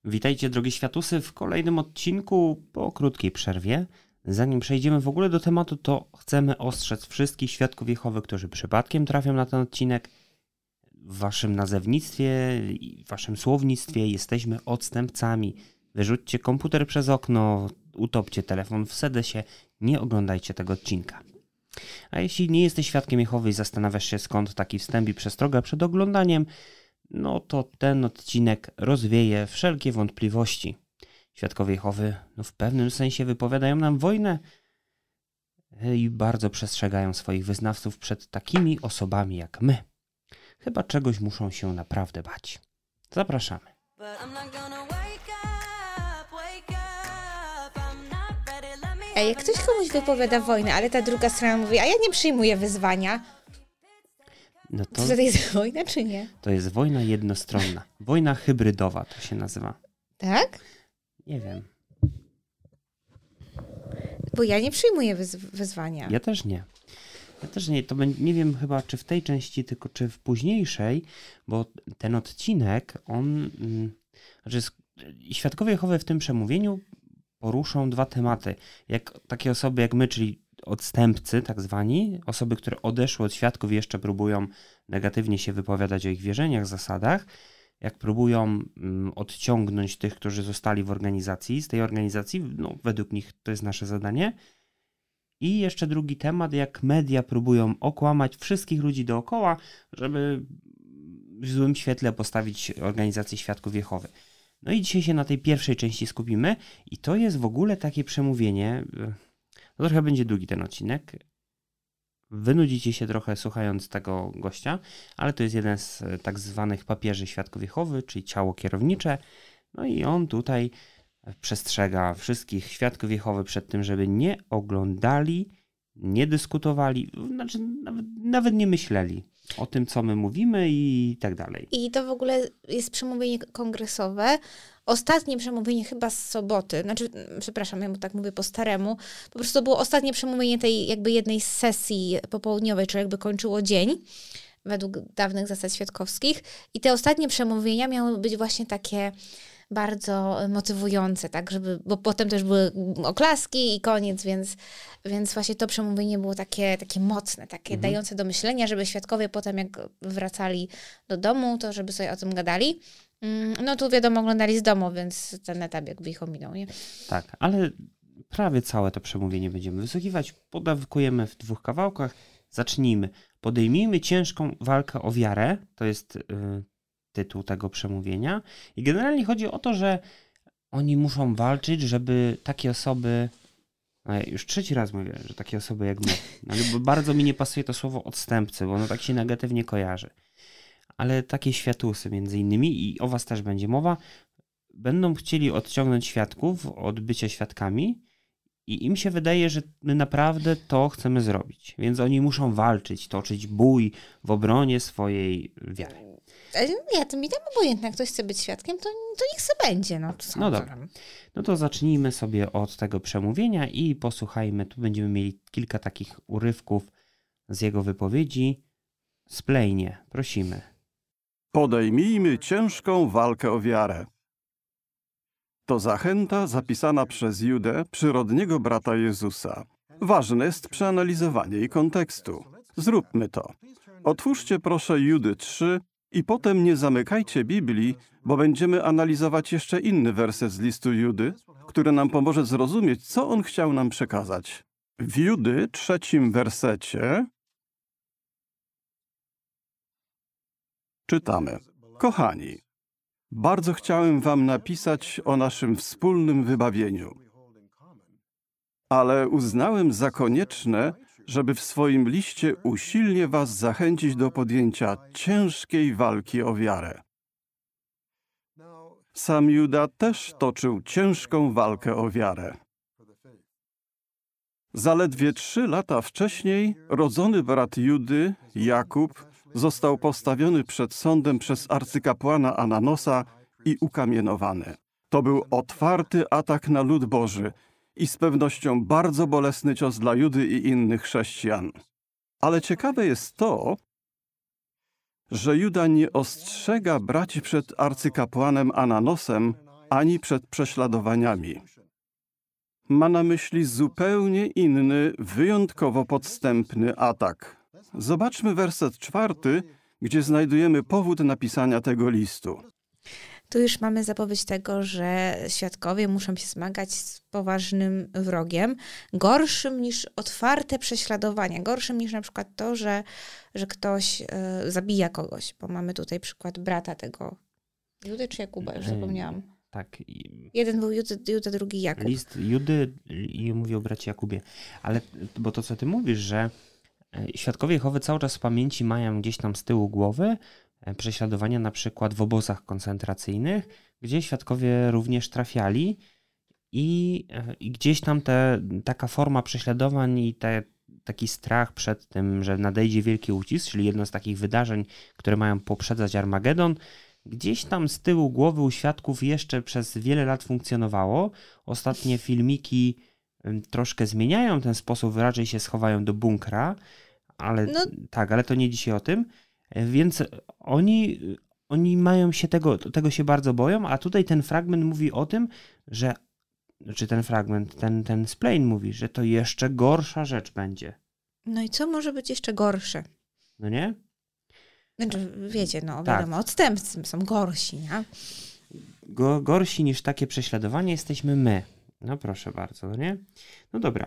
Witajcie, drogie światusy, w kolejnym odcinku po krótkiej przerwie. Zanim przejdziemy w ogóle do tematu, to chcemy ostrzec wszystkich świadków Jehowy, którzy przypadkiem trafią na ten odcinek. W waszym nazewnictwie i w waszym słownictwie jesteśmy odstępcami. Wyrzućcie komputer przez okno, utopcie telefon w sedesie, nie oglądajcie tego odcinka. A jeśli nie jesteś świadkiem Jehowy i zastanawiasz się, skąd taki wstęp i przestroga przed oglądaniem, no to ten odcinek rozwieje wszelkie wątpliwości. Świadkowie Jehowy w pewnym sensie wypowiadają nam wojnę i bardzo przestrzegają swoich wyznawców przed takimi osobami jak my. Chyba czegoś muszą się naprawdę bać. Zapraszamy. Ej, jak ktoś komuś wypowiada wojnę, ale ta druga strona mówi, a ja nie przyjmuję wyzwania, No to jest wojna czy nie? To jest wojna jednostronna. Wojna hybrydowa to się nazywa. Tak? Nie wiem. Bo ja nie przyjmuję wyzwania. Ja też nie. To nie wiem chyba, czy w tej części, tylko czy w późniejszej, bo ten odcinek, Świadkowie Jehowy w tym przemówieniu poruszą dwa tematy. Jak takie osoby jak my, czyli odstępcy tak zwani, osoby, które odeszły od świadków i jeszcze próbują negatywnie się wypowiadać o ich wierzeniach, zasadach, jak próbują odciągnąć tych, którzy zostali w organizacji, z tej organizacji, według nich to jest nasze zadanie. I jeszcze drugi temat, jak media próbują okłamać wszystkich ludzi dookoła, żeby w złym świetle postawić organizację Świadków Jehowy. No i dzisiaj się na tej pierwszej części skupimy i to jest w ogóle takie przemówienie, to trochę będzie długi ten odcinek, wynudzicie się trochę słuchając tego gościa, ale to jest jeden z tak zwanych papieży Świadków Jehowy, czyli ciało kierownicze, no i on tutaj przestrzega wszystkich Świadków Jehowy przed tym, żeby nie oglądali, nie dyskutowali, znaczy nawet nie myśleli o tym, co my mówimy i tak dalej. I to w ogóle jest przemówienie kongresowe. Ostatnie przemówienie chyba z soboty, przepraszam, ja mu tak mówię po staremu, po prostu to było ostatnie przemówienie tej jakby jednej z sesji popołudniowej, czyli jakby kończyło dzień, według dawnych zasad świadkowskich. I te ostatnie przemówienia miały być właśnie takie bardzo motywujące, tak, bo potem też były oklaski i koniec, więc właśnie to przemówienie było takie mocne, takie dające do myślenia, żeby świadkowie potem jak wracali do domu, to żeby sobie o tym gadali. No tu wiadomo, oglądali z domu, więc ten etap jakby ich ominął, nie? Tak, ale prawie całe to przemówienie będziemy wysłuchiwać. Podawkujemy w dwóch kawałkach. Zacznijmy. Podejmijmy ciężką walkę o wiarę. To jest tytuł tego przemówienia. I generalnie chodzi o to, że oni muszą walczyć, żeby takie osoby, już trzeci raz mówię, że takie osoby jak my, ale bardzo mi nie pasuje to słowo odstępcy, bo ono tak się negatywnie kojarzy. Ale takie światusy między innymi, i o was też będzie mowa, będą chcieli odciągnąć świadków od bycia świadkami i im się wydaje, że my naprawdę to chcemy zrobić. Więc oni muszą walczyć, toczyć bój w obronie swojej wiary. Ja to mi tam obojętne, jak ktoś chce być świadkiem, to niech se będzie. No dobra. No to zacznijmy sobie od tego przemówienia i posłuchajmy. Tu będziemy mieli kilka takich urywków z jego wypowiedzi. Splejnie, prosimy. Podejmijmy ciężką walkę o wiarę. To zachęta zapisana przez Judę, przyrodniego brata Jezusa. Ważne jest przeanalizowanie jej kontekstu. Zróbmy to. Otwórzcie proszę Judy 3 i potem nie zamykajcie Biblii, bo będziemy analizować jeszcze inny werset z listu Judy, który nam pomoże zrozumieć, co on chciał nam przekazać. W Judy 3 wersecie czytamy: Kochani, bardzo chciałem wam napisać o naszym wspólnym wybawieniu, ale uznałem za konieczne, żeby w swoim liście usilnie was zachęcić do podjęcia ciężkiej walki o wiarę. Sam Juda też toczył ciężką walkę o wiarę. Zaledwie 3 lata wcześniej rodzony brat Judy, Jakub, został postawiony przed sądem przez arcykapłana Ananosa i ukamienowany. To był otwarty atak na lud Boży i z pewnością bardzo bolesny cios dla Judy i innych chrześcijan. Ale ciekawe jest to, że Juda nie ostrzega braci przed arcykapłanem Ananosem, ani przed prześladowaniami. Ma na myśli zupełnie inny, wyjątkowo podstępny atak. Zobaczmy werset 4, gdzie znajdujemy powód napisania tego listu. Tu już mamy zapowiedź tego, że świadkowie muszą się zmagać z poważnym wrogiem, gorszym niż otwarte prześladowania, gorszym niż na przykład to, że ktoś zabija kogoś, bo mamy tutaj przykład brata tego Judy czy Jakuba, już zapomniałam. Tak. Jeden był Juda, drugi Jakub. List Judy i mówi o bracie Jakubie. Ale, bo to co ty mówisz, że świadkowie Jehowy cały czas w pamięci mają gdzieś tam z tyłu głowy prześladowania na przykład w obozach koncentracyjnych, gdzie świadkowie również trafiali i gdzieś tam taka forma prześladowań i taki strach przed tym, że nadejdzie wielki ucisk, czyli jedno z takich wydarzeń, które mają poprzedzać Armagedon, gdzieś tam z tyłu głowy u świadków jeszcze przez wiele lat funkcjonowało. Ostatnie filmiki troszkę zmieniają ten sposób, raczej się schowają do bunkra, ale ale to nie dzisiaj o tym. Więc oni mają się tego się bardzo boją, a tutaj ten fragment mówi o tym, że ten fragment, ten splain mówi, że to jeszcze gorsza rzecz będzie. No i co może być jeszcze gorsze? No nie? Znaczy, wiecie, wiadomo, odstępcy są gorsi, nie? Gorsi niż takie prześladowanie jesteśmy my. No proszę bardzo, no nie? No dobra,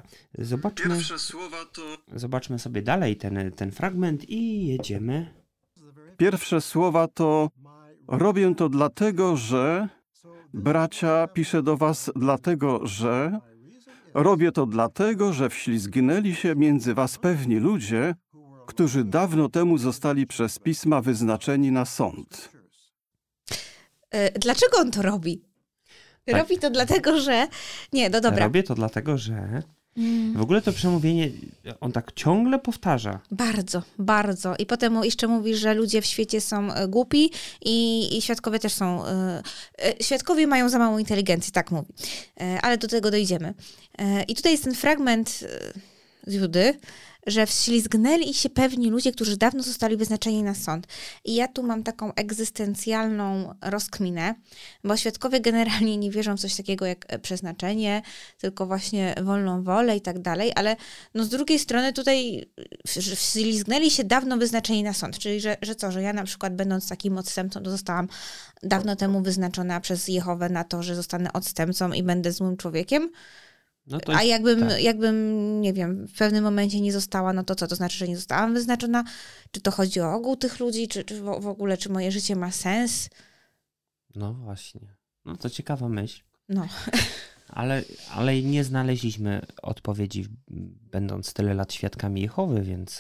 zobaczmy sobie dalej ten fragment i jedziemy. Pierwsze słowa to: robię to dlatego, że... Bracia, piszę do was dlatego, że... Robię to dlatego, że wślizgnęli się między was pewni ludzie, którzy dawno temu zostali przez Pisma wyznaczeni na sąd. Dlaczego on to robi? Tak. Robi to dlatego, że... Nie, no dobra. Robię to dlatego, że... W ogóle to przemówienie on tak ciągle powtarza. Bardzo, bardzo. I potem jeszcze mówi, że ludzie w świecie są głupi i świadkowie też są... Świadkowie mają za małą inteligencję, tak mówi. Ale do tego dojdziemy. I tutaj jest ten fragment z Judy, że wślizgnęli się pewni ludzie, którzy dawno zostali wyznaczeni na sąd. I ja tu mam taką egzystencjalną rozkminę, bo świadkowie generalnie nie wierzą w coś takiego jak przeznaczenie, tylko właśnie wolną wolę i tak dalej, ale z drugiej strony tutaj wślizgnęli się dawno wyznaczeni na sąd, czyli że ja na przykład będąc takim odstępcą, to zostałam dawno temu wyznaczona przez Jehowę na to, że zostanę odstępcą i będę złym człowiekiem. No to a jakbym, nie wiem, w pewnym momencie nie została, no to co? To znaczy, że nie zostałam wyznaczona? Czy to chodzi o ogół tych ludzi? Czy w ogóle, czy moje życie ma sens? No właśnie. No to ciekawa myśl. No. Ale nie znaleźliśmy odpowiedzi, będąc tyle lat świadkami Jehowy, więc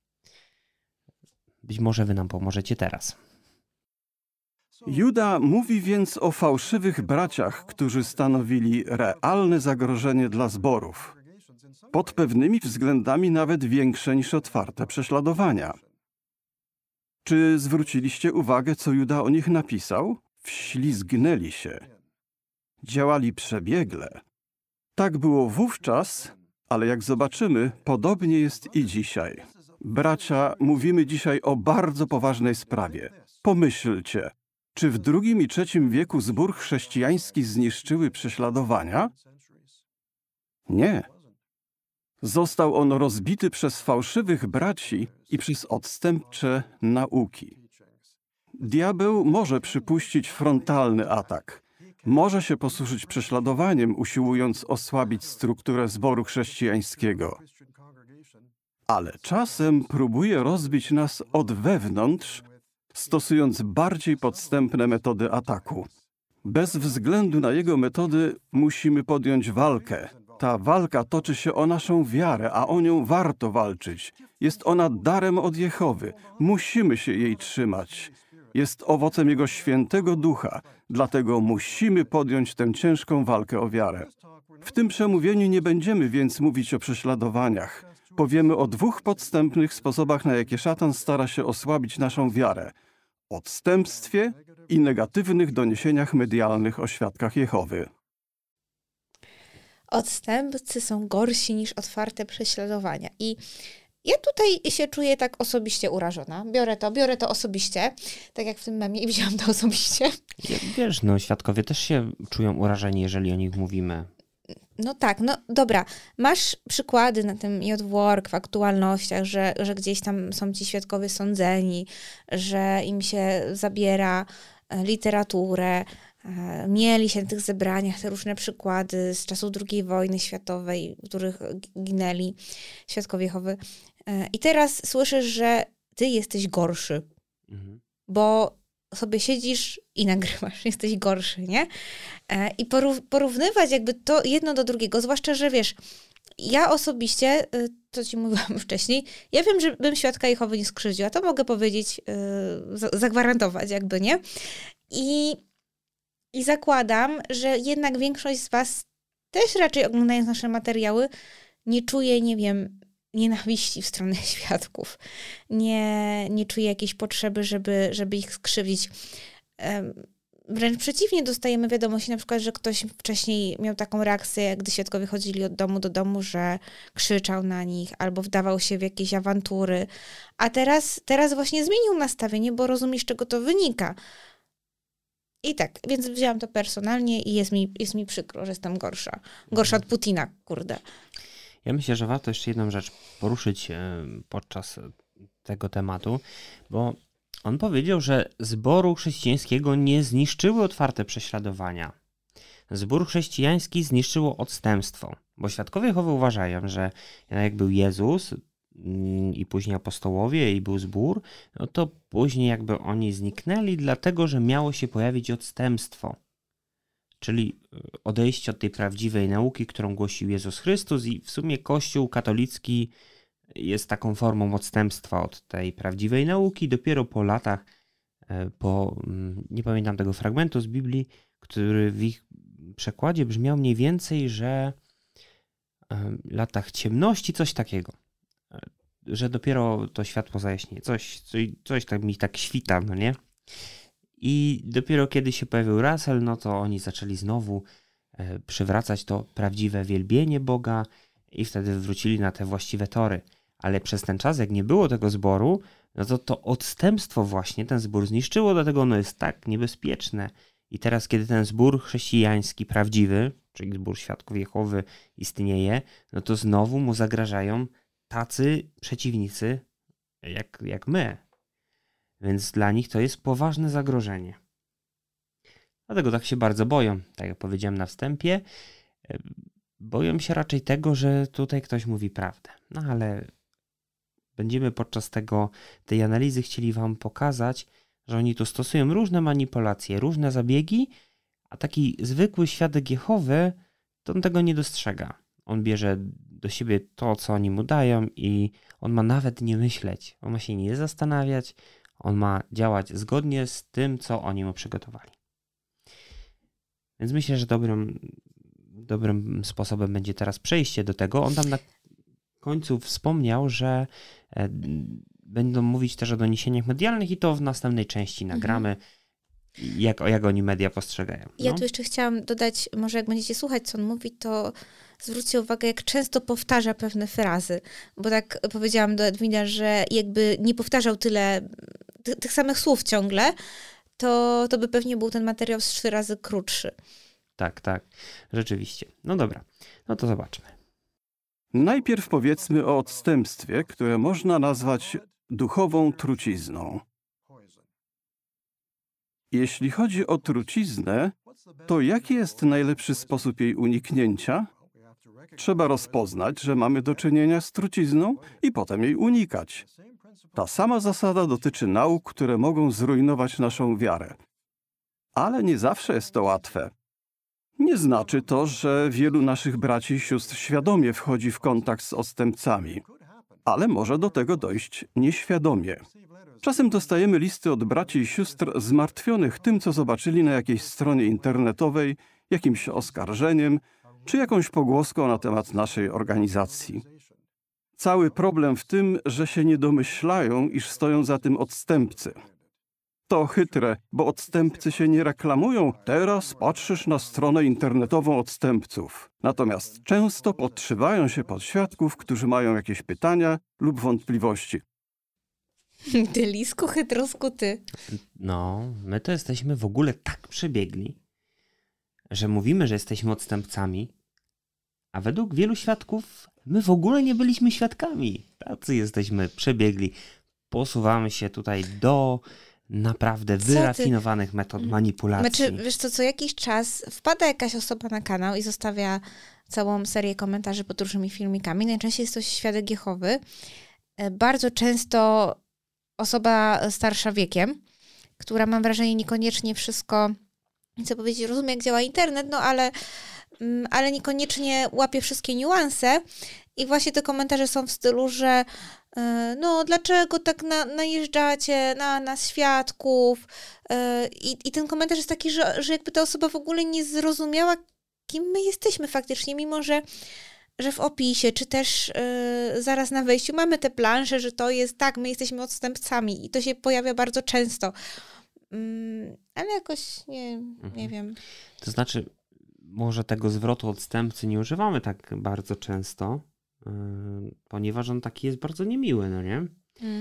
być może wy nam pomożecie teraz. Juda mówi więc o fałszywych braciach, którzy stanowili realne zagrożenie dla zborów. Pod pewnymi względami nawet większe niż otwarte prześladowania. Czy zwróciliście uwagę, co Juda o nich napisał? Wślizgnęli się. Działali przebiegle. Tak było wówczas, ale jak zobaczymy, podobnie jest i dzisiaj. Bracia, mówimy dzisiaj o bardzo poważnej sprawie. Pomyślcie. Czy w II i III wieku zbór chrześcijański zniszczyły prześladowania? Nie. Został on rozbity przez fałszywych braci i przez odstępcze nauki. Diabeł może przypuścić frontalny atak. Może się posłużyć prześladowaniem, usiłując osłabić strukturę zboru chrześcijańskiego. Ale czasem próbuje rozbić nas od wewnątrz, stosując bardziej podstępne metody ataku. Bez względu na jego metody musimy podjąć walkę. Ta walka toczy się o naszą wiarę, a o nią warto walczyć. Jest ona darem od Jehowy. Musimy się jej trzymać. Jest owocem Jego świętego ducha, dlatego musimy podjąć tę ciężką walkę o wiarę. W tym przemówieniu nie będziemy więc mówić o prześladowaniach. Powiemy o dwóch podstępnych sposobach, na jakie szatan stara się osłabić naszą wiarę. Odstępstwie i negatywnych doniesieniach medialnych o świadkach Jehowy. Odstępcy są gorsi niż otwarte prześladowania. I ja tutaj się czuję tak osobiście urażona. Biorę to osobiście, tak jak w tym memie i wzięłam to osobiście. Wiesz, no świadkowie też się czują urażeni, jeżeli o nich mówimy. No tak, no dobra. Masz przykłady na tym JWork w aktualnościach, że gdzieś tam są ci świadkowie sądzeni, że im się zabiera literaturę. Mieli się na tych zebraniach te różne przykłady z czasów II wojny światowej, w których ginęli świadkowie Jehowy. I teraz słyszysz, że ty jesteś gorszy, bo sobie siedzisz i nagrywasz, jesteś gorszy, nie? I porównywać jakby to jedno do drugiego, zwłaszcza, że wiesz, ja osobiście, to ci mówiłam wcześniej, ja wiem, że bym świadka Jehowy nie skrzywdziła, to mogę powiedzieć, zagwarantować jakby, nie? I zakładam, że jednak większość z was też raczej oglądając nasze materiały nie czuje, nie wiem, nienawiści w stronę świadków. Nie czuje jakiejś potrzeby, żeby ich skrzywdzić. Wręcz przeciwnie, dostajemy wiadomości na przykład, że ktoś wcześniej miał taką reakcję, gdy świadkowie chodzili od domu do domu, że krzyczał na nich albo wdawał się w jakieś awantury. A teraz właśnie zmienił nastawienie, bo rozumiesz, czego to wynika. I tak, więc wzięłam to personalnie i jest mi przykro, że jestem gorsza. Gorsza od Putina, kurde. Ja myślę, że warto jeszcze jedną rzecz poruszyć podczas tego tematu, bo on powiedział, że zboru chrześcijańskiego nie zniszczyły otwarte prześladowania. Zbór chrześcijański zniszczyło odstępstwo, bo świadkowie Jehowy uważają, że jak był Jezus i później apostołowie i był zbór, no to później jakby oni zniknęli, dlatego że miało się pojawić odstępstwo. Czyli odejście od tej prawdziwej nauki, którą głosił Jezus Chrystus i w sumie Kościół katolicki jest taką formą odstępstwa od tej prawdziwej nauki. Dopiero po latach, nie pamiętam tego fragmentu z Biblii, który w ich przekładzie brzmiał mniej więcej, że latach ciemności, coś takiego. Że dopiero to światło zajaśnieje. Coś tak mi tak świta, no nie? I dopiero kiedy się pojawił Russell, no to oni zaczęli znowu przywracać to prawdziwe wielbienie Boga i wtedy wrócili na te właściwe tory. Ale przez ten czas, jak nie było tego zboru, no to odstępstwo właśnie ten zbór zniszczyło, dlatego ono jest tak niebezpieczne. I teraz, kiedy ten zbór chrześcijański prawdziwy, czyli zbór świadków Jehowy istnieje, no to znowu mu zagrażają tacy przeciwnicy jak my. Więc dla nich to jest poważne zagrożenie. Dlatego tak się bardzo boją. Tak jak powiedziałem na wstępie, boją się raczej tego, że tutaj ktoś mówi prawdę. No ale będziemy podczas tej analizy chcieli wam pokazać, że oni tu stosują różne manipulacje, różne zabiegi, a taki zwykły świadek Jehowy, to on tego nie dostrzega. On bierze do siebie to, co oni mu dają i on ma nawet nie myśleć. On ma się nie zastanawiać, on ma działać zgodnie z tym, co oni mu przygotowali. Więc myślę, że dobrym sposobem będzie teraz przejście do tego. On tam na końcu wspomniał, że będą mówić też o doniesieniach medialnych i to w następnej części nagramy, jak oni media postrzegają. No? Ja tu jeszcze chciałam dodać, może jak będziecie słuchać, co on mówi, to zwróćcie uwagę, jak często powtarza pewne frazy. Bo tak powiedziałam do Edwina, że jakby nie powtarzał tyle tych samych słów ciągle, to by pewnie był ten materiał z 3 razy krótszy. Tak, rzeczywiście. No dobra, no to zobaczmy. Najpierw powiedzmy o odstępstwie, które można nazwać duchową trucizną. Jeśli chodzi o truciznę, to jaki jest najlepszy sposób jej uniknięcia? Trzeba rozpoznać, że mamy do czynienia z trucizną i potem jej unikać. Ta sama zasada dotyczy nauk, które mogą zrujnować naszą wiarę. Ale nie zawsze jest to łatwe. Nie znaczy to, że wielu naszych braci i sióstr świadomie wchodzi w kontakt z odstępcami, ale może do tego dojść nieświadomie. Czasem dostajemy listy od braci i sióstr zmartwionych tym, co zobaczyli na jakiejś stronie internetowej, jakimś oskarżeniem, czy jakąś pogłoską na temat naszej organizacji. Cały problem w tym, że się nie domyślają, iż stoją za tym odstępcy. To chytre, bo odstępcy się nie reklamują. Teraz patrzysz na stronę internetową odstępców. Natomiast często podszywają się pod świadków, którzy mają jakieś pytania lub wątpliwości. Ty lisku chytrosku, ty. No, my to jesteśmy w ogóle tak przebiegli, że mówimy, że jesteśmy odstępcami, a według wielu świadków my w ogóle nie byliśmy świadkami. Tacy jesteśmy przebiegli. Posuwamy się tutaj do naprawdę wyrafinowanych metod manipulacji. Znaczy, wiesz co jakiś czas wpada jakaś osoba na kanał i zostawia całą serię komentarzy pod różnymi filmikami. Najczęściej jest to świadek Jehowy. Bardzo często osoba starsza wiekiem, która mam wrażenie niekoniecznie wszystko, chcę powiedzieć, rozumie jak działa internet, no ale niekoniecznie łapie wszystkie niuanse. I właśnie te komentarze są w stylu, że no dlaczego tak najeżdżacie na nas świadków? I ten komentarz jest taki, że jakby ta osoba w ogóle nie zrozumiała, kim my jesteśmy faktycznie, mimo że w opisie, czy też zaraz na wejściu mamy te plansze, że to jest tak, my jesteśmy odstępcami i to się pojawia bardzo często. Ale jakoś nie wiem. To znaczy, może tego zwrotu odstępcy nie używamy tak bardzo często, ponieważ on taki jest bardzo niemiły, no nie?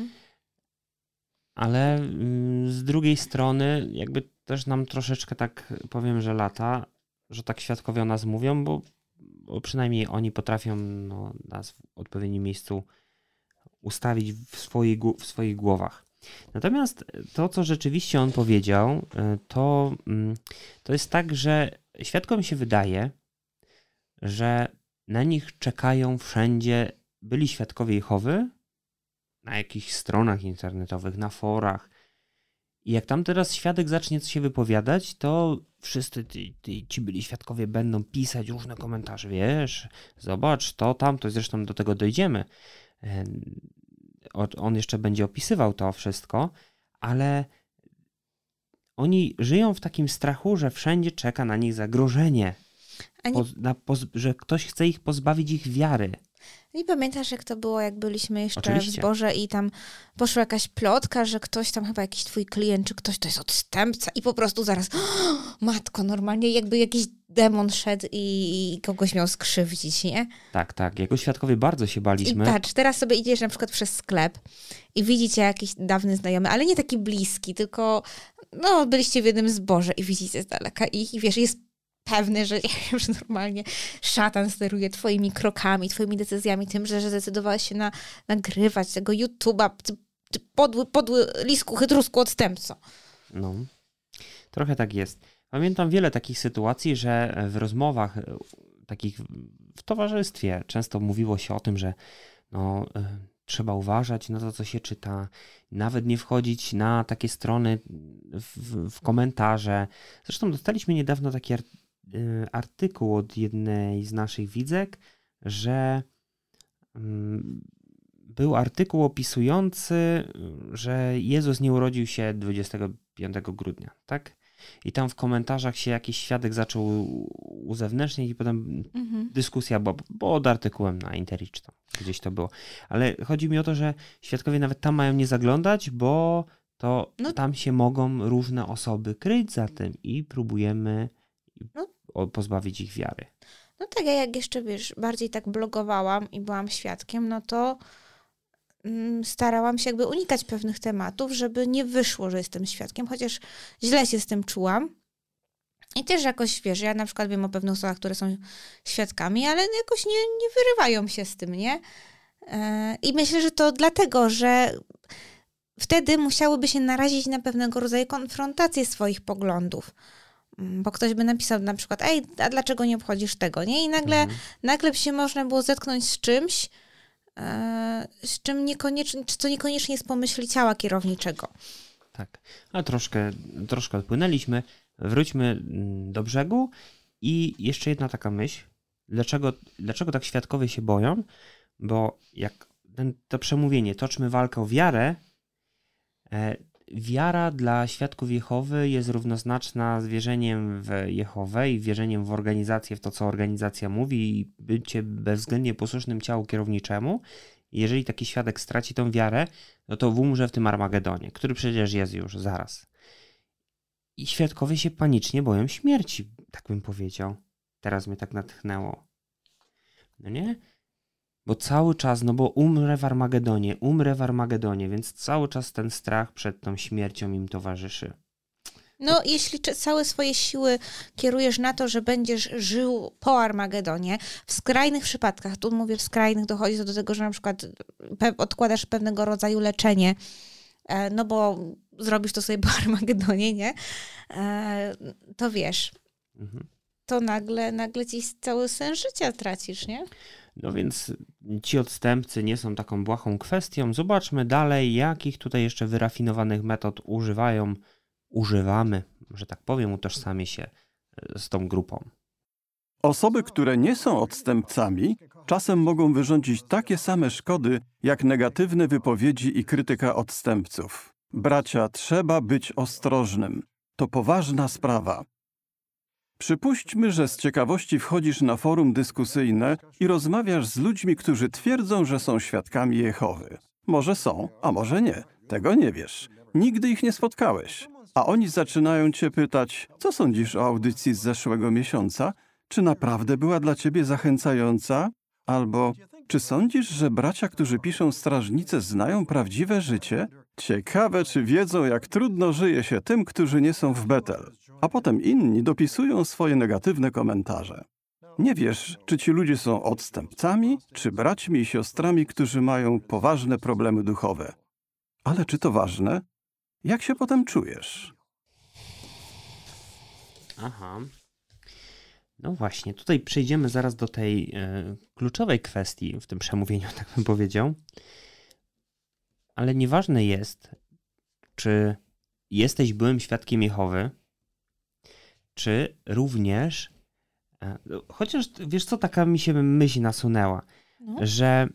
Ale z drugiej strony jakby też nam troszeczkę tak powiem, że lata, że tak świadkowie o nas mówią, bo przynajmniej oni potrafią nas w odpowiednim miejscu ustawić w swoich głowach. Natomiast to, co rzeczywiście on powiedział, to jest tak, że świadkom się wydaje, że na nich czekają wszędzie byli świadkowie Jehowy, na jakichś stronach internetowych, na forach. I jak tam teraz świadek zacznie się wypowiadać, to wszyscy ci byli świadkowie będą pisać różne komentarze. Wiesz, zobacz, to tamto, zresztą do tego dojdziemy. On jeszcze będzie opisywał to wszystko, ale oni żyją w takim strachu, że wszędzie czeka na nich zagrożenie. Że ktoś chce ich pozbawić ich wiary. I pamiętasz, jak to było, jak byliśmy jeszcze Oczywiście. w zborze i tam poszła jakaś plotka, że ktoś tam chyba jakiś twój klient, czy ktoś to jest odstępca i po prostu zaraz matko, normalnie jakby jakiś demon szedł i kogoś miał skrzywdzić, nie? Tak. Jako świadkowie bardzo się baliśmy. I patrz, teraz sobie idziesz na przykład przez sklep i widzicie jakiś dawny znajomy, ale nie taki bliski, tylko byliście w jednym zborze i widzicie z daleka ich i wiesz, jest pewny, że normalnie szatan steruje twoimi krokami, twoimi decyzjami, tym, że zdecydowałeś się nagrywać tego YouTube'a, ty podły lisku, chytrusku, odstępco. No, trochę tak jest. Pamiętam wiele takich sytuacji, że w rozmowach takich w towarzystwie często mówiło się o tym, że trzeba uważać na to, co się czyta, nawet nie wchodzić na takie strony w komentarze. Zresztą dostaliśmy niedawno taki artykuł od jednej z naszych widzek, że był artykuł opisujący, że Jezus nie urodził się 25 grudnia, tak? I tam w komentarzach się jakiś świadek zaczął uzewnętrzniać i potem dyskusja była pod artykułem na Interich, tam gdzieś to było. Ale chodzi mi o to, że świadkowie nawet tam mają nie zaglądać, bo to tam się mogą różne osoby kryć za tym i próbujemy pozbawić ich wiary. No tak, ja jak jeszcze, wiesz, bardziej tak blogowałam i byłam świadkiem, no to starałam się jakby unikać pewnych tematów, żeby nie wyszło, że jestem świadkiem, chociaż źle się z tym czułam. I też jakoś, wiesz, ja na przykład wiem o pewnych osobach, które są świadkami, ale jakoś nie wyrywają się z tym, nie? I myślę, że to dlatego, że wtedy musiałyby się narazić na pewnego rodzaju konfrontację swoich poglądów. Bo ktoś by napisał na przykład, ej, a dlaczego nie obchodzisz tego, nie? I nagle by się można było zetknąć z czymś, co niekoniecznie jest pomyśli ciała kierowniczego. Tak, a troszkę odpłynęliśmy. Wróćmy do brzegu i jeszcze jedna taka myśl. Dlaczego tak świadkowie się boją? Bo jak to przemówienie, toczmy walkę o wiarę, wiara dla świadków Jehowy jest równoznaczna z wierzeniem w Jehowę i wierzeniem w organizację, w to, co organizacja mówi i bycie bezwzględnie posłusznym ciału kierowniczemu. Jeżeli taki świadek straci tą wiarę, no to umrze w tym Armagedonie, który przecież jest już zaraz. I świadkowie się panicznie boją śmierci, tak bym powiedział. Teraz mnie tak natchnęło. No nie? Bo cały czas, no bo umrę w Armagedonie, więc cały czas ten strach przed tą śmiercią im towarzyszy. No, jeśli całe swoje siły kierujesz na to, że będziesz żył po Armagedonie, w skrajnych przypadkach, tu mówię w skrajnych, dochodzi to do tego, że na przykład odkładasz pewnego rodzaju leczenie, no bo zrobisz to sobie po Armagedonie, nie? To wiesz, to nagle ci cały sens życia tracisz, nie? No więc ci odstępcy nie są taką błahą kwestią. Zobaczmy dalej, jakich tutaj jeszcze wyrafinowanych metod używamy, że tak powiem, utożsamię się z tą grupą. Osoby, które nie są odstępcami, czasem mogą wyrządzić takie same szkody, jak negatywne wypowiedzi i krytyka odstępców. Bracia, trzeba być ostrożnym. To poważna sprawa. Przypuśćmy, że z ciekawości wchodzisz na forum dyskusyjne i rozmawiasz z ludźmi, którzy twierdzą, że są świadkami Jehowy. Może są, a może nie. Tego nie wiesz. Nigdy ich nie spotkałeś. A oni zaczynają cię pytać, co sądzisz o audycji z zeszłego miesiąca? Czy naprawdę była dla ciebie zachęcająca? Albo, czy sądzisz, że bracia, którzy piszą strażnice, znają prawdziwe życie? Ciekawe, czy wiedzą, jak trudno żyje się tym, którzy nie są w Betel. A potem inni dopisują swoje negatywne komentarze. Nie wiesz, czy ci ludzie są odstępcami, czy braćmi i siostrami, którzy mają poważne problemy duchowe. Ale czy to ważne? Jak się potem czujesz? Aha. No właśnie, tutaj przejdziemy zaraz do tej kluczowej kwestii w tym przemówieniu, tak bym powiedział. Ale nieważne jest, czy jesteś byłym świadkiem Jehowy, czy również, chociaż wiesz co, taka mi się myśl nasunęła, że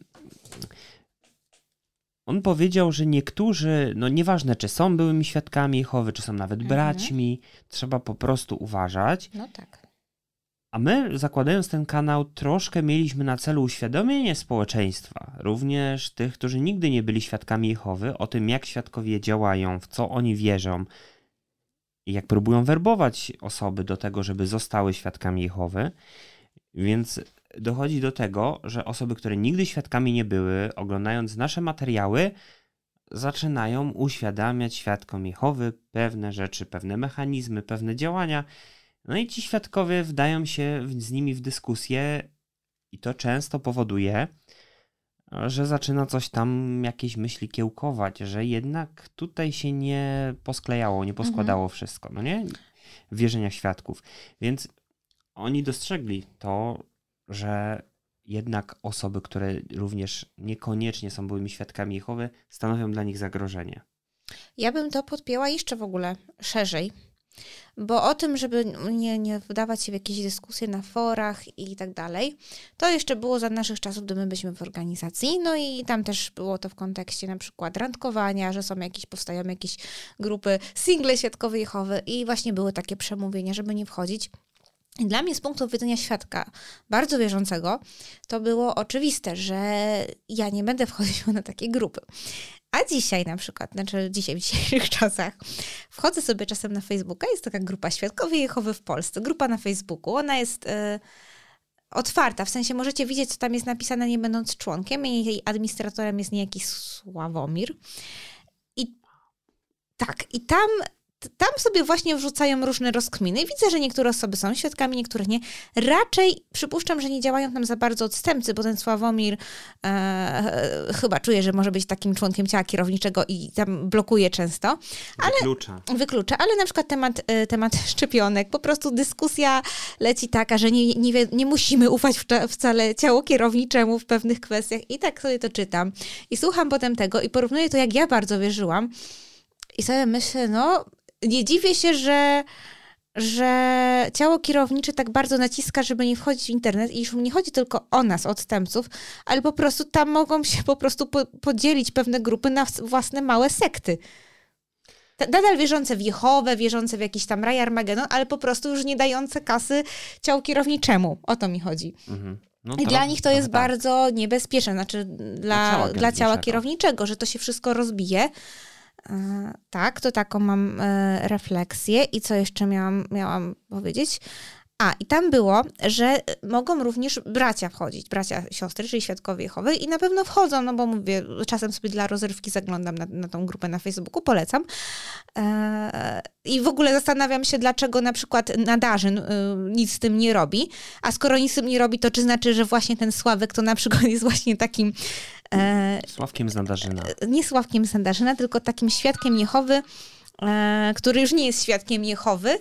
on powiedział, że niektórzy, no nieważne czy są byłymi świadkami Jehowy, czy są nawet braćmi, trzeba po prostu uważać. No tak. A my, zakładając ten kanał, troszkę mieliśmy na celu uświadomienie społeczeństwa, również tych, którzy nigdy nie byli świadkami Jehowy, o tym, jak świadkowie działają, w co oni wierzą i jak próbują werbować osoby do tego, żeby zostały świadkami Jehowy. Więc dochodzi do tego, że osoby, które nigdy świadkami nie były, oglądając nasze materiały, zaczynają uświadamiać świadkom Jehowy pewne rzeczy, pewne mechanizmy, pewne działania. No i ci świadkowie wdają się z nimi w dyskusję i to często powoduje, że zaczyna coś tam, jakieś myśli kiełkować, że jednak tutaj się nie posklejało, nie poskładało wszystko, no nie? W wierzeniach świadków. Więc oni dostrzegli to, że jednak osoby, które również niekoniecznie są byłymi świadkami Jehowy, stanowią dla nich zagrożenie. Ja bym to podpięła jeszcze w ogóle szerzej. Bo o tym, żeby nie wdawać się w jakieś dyskusje na forach i tak dalej, to jeszcze było za naszych czasów, gdy my byliśmy w organizacji, no i tam też było to w kontekście na przykład randkowania, że powstają jakieś grupy single świadkowie Jehowy i właśnie były takie przemówienia, żeby nie wchodzić. I dla mnie z punktu widzenia świadka bardzo wierzącego to było oczywiste, że ja nie będę wchodziła na takie grupy. A dzisiaj na przykład, w dzisiejszych czasach, wchodzę sobie czasem na Facebooka, jest taka grupa Świadkowie Jehowy w Polsce, grupa na Facebooku, ona jest otwarta, w sensie możecie widzieć, co tam jest napisane, nie będąc członkiem, i jej administratorem jest niejaki Sławomir. I tak, i tam sobie właśnie wrzucają różne rozkminy. I widzę, że niektóre osoby są świadkami, niektóre nie. Raczej przypuszczam, że nie działają tam za bardzo odstępcy, bo ten Sławomir chyba czuje, że może być takim członkiem ciała kierowniczego i tam blokuje często. Wyklucza. Ale na przykład temat szczepionek, po prostu dyskusja leci taka, że nie musimy ufać wcale ciału kierowniczemu w pewnych kwestiach. I tak sobie to czytam. I słucham potem tego i porównuję to, jak ja bardzo wierzyłam. I sobie myślę, nie dziwię się, że ciało kierownicze tak bardzo naciska, żeby nie wchodzić w internet i już nie chodzi tylko o nas, odstępców, ale po prostu tam mogą się po prostu podzielić pewne grupy na własne małe sekty. Nadal wierzące w Jehowę, wierzące w jakiś tam raj Armagedon, ale po prostu już nie dające kasy ciału kierowniczemu. O to mi chodzi. I dla nich to jest bardzo niebezpieczne, dla ciała kierowniczego, że to się wszystko rozbije. Tak, to taką mam refleksję. I co jeszcze miałam powiedzieć? I tam było, że mogą również bracia wchodzić, bracia, siostry, czyli świadkowie Jehowy i na pewno wchodzą, no bo mówię, czasem sobie dla rozrywki zaglądam na tą grupę na Facebooku, polecam. I w ogóle zastanawiam się, dlaczego na przykład Nadarzyn nic z tym nie robi, a skoro nic z tym nie robi, to czy znaczy, że właśnie ten Sławek to na przykład jest właśnie takim... Sławkiem z Nadarzyna. Nie Sławkiem z Nadarzyna, tylko takim świadkiem Jehowy, który już nie jest świadkiem Jehowy,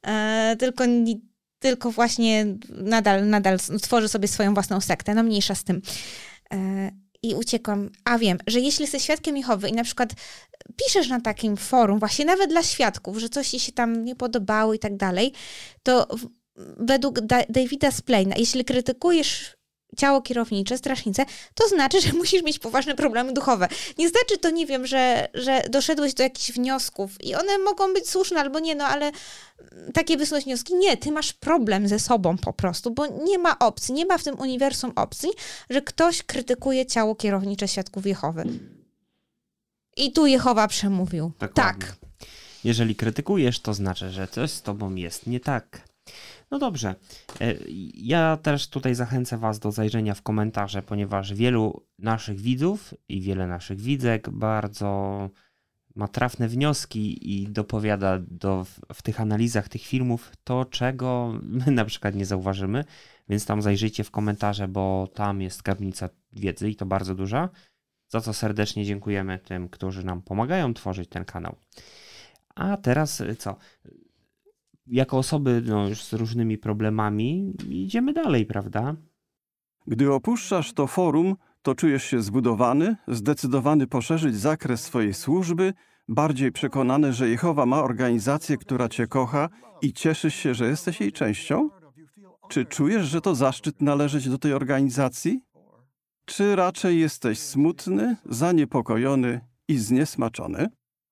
tylko właśnie nadal tworzy sobie swoją własną sektę, no mniejsza z tym. I uciekłam. Wiem, że jeśli jesteś świadkiem Jehowy i na przykład piszesz na takim forum, właśnie nawet dla świadków, że coś ci się tam nie podobało i tak dalej, to według Davida Splana, jeśli krytykujesz ciało kierownicze, strasznicę, to znaczy, że musisz mieć poważne problemy duchowe. Nie znaczy to, nie wiem, że doszedłeś do jakichś wniosków i one mogą być słuszne albo nie, no ale takie wysunąć wnioski. Nie, ty masz problem ze sobą po prostu, bo nie ma opcji, nie ma w tym uniwersum opcji, że ktoś krytykuje ciało kierownicze świadków Jehowy. I tu Jehowa przemówił. Dokładnie. Tak. Jeżeli krytykujesz, to znaczy, że coś z tobą jest nie tak. No dobrze, ja też tutaj zachęcę was do zajrzenia w komentarze, ponieważ wielu naszych widzów i wiele naszych widzek bardzo ma trafne wnioski i dopowiada w tych analizach tych filmów to, czego my na przykład nie zauważymy, więc tam zajrzyjcie w komentarze, bo tam jest skarbnica wiedzy i to bardzo duża, za co serdecznie dziękujemy tym, którzy nam pomagają tworzyć ten kanał. A teraz co? Jako osoby już z różnymi problemami idziemy dalej, prawda? Gdy opuszczasz to forum, to czujesz się zbudowany, zdecydowany poszerzyć zakres swojej służby, bardziej przekonany, że Jehowa ma organizację, która cię kocha i cieszysz się, że jesteś jej częścią? Czy czujesz, że to zaszczyt należeć do tej organizacji? Czy raczej jesteś smutny, zaniepokojony i zniesmaczony?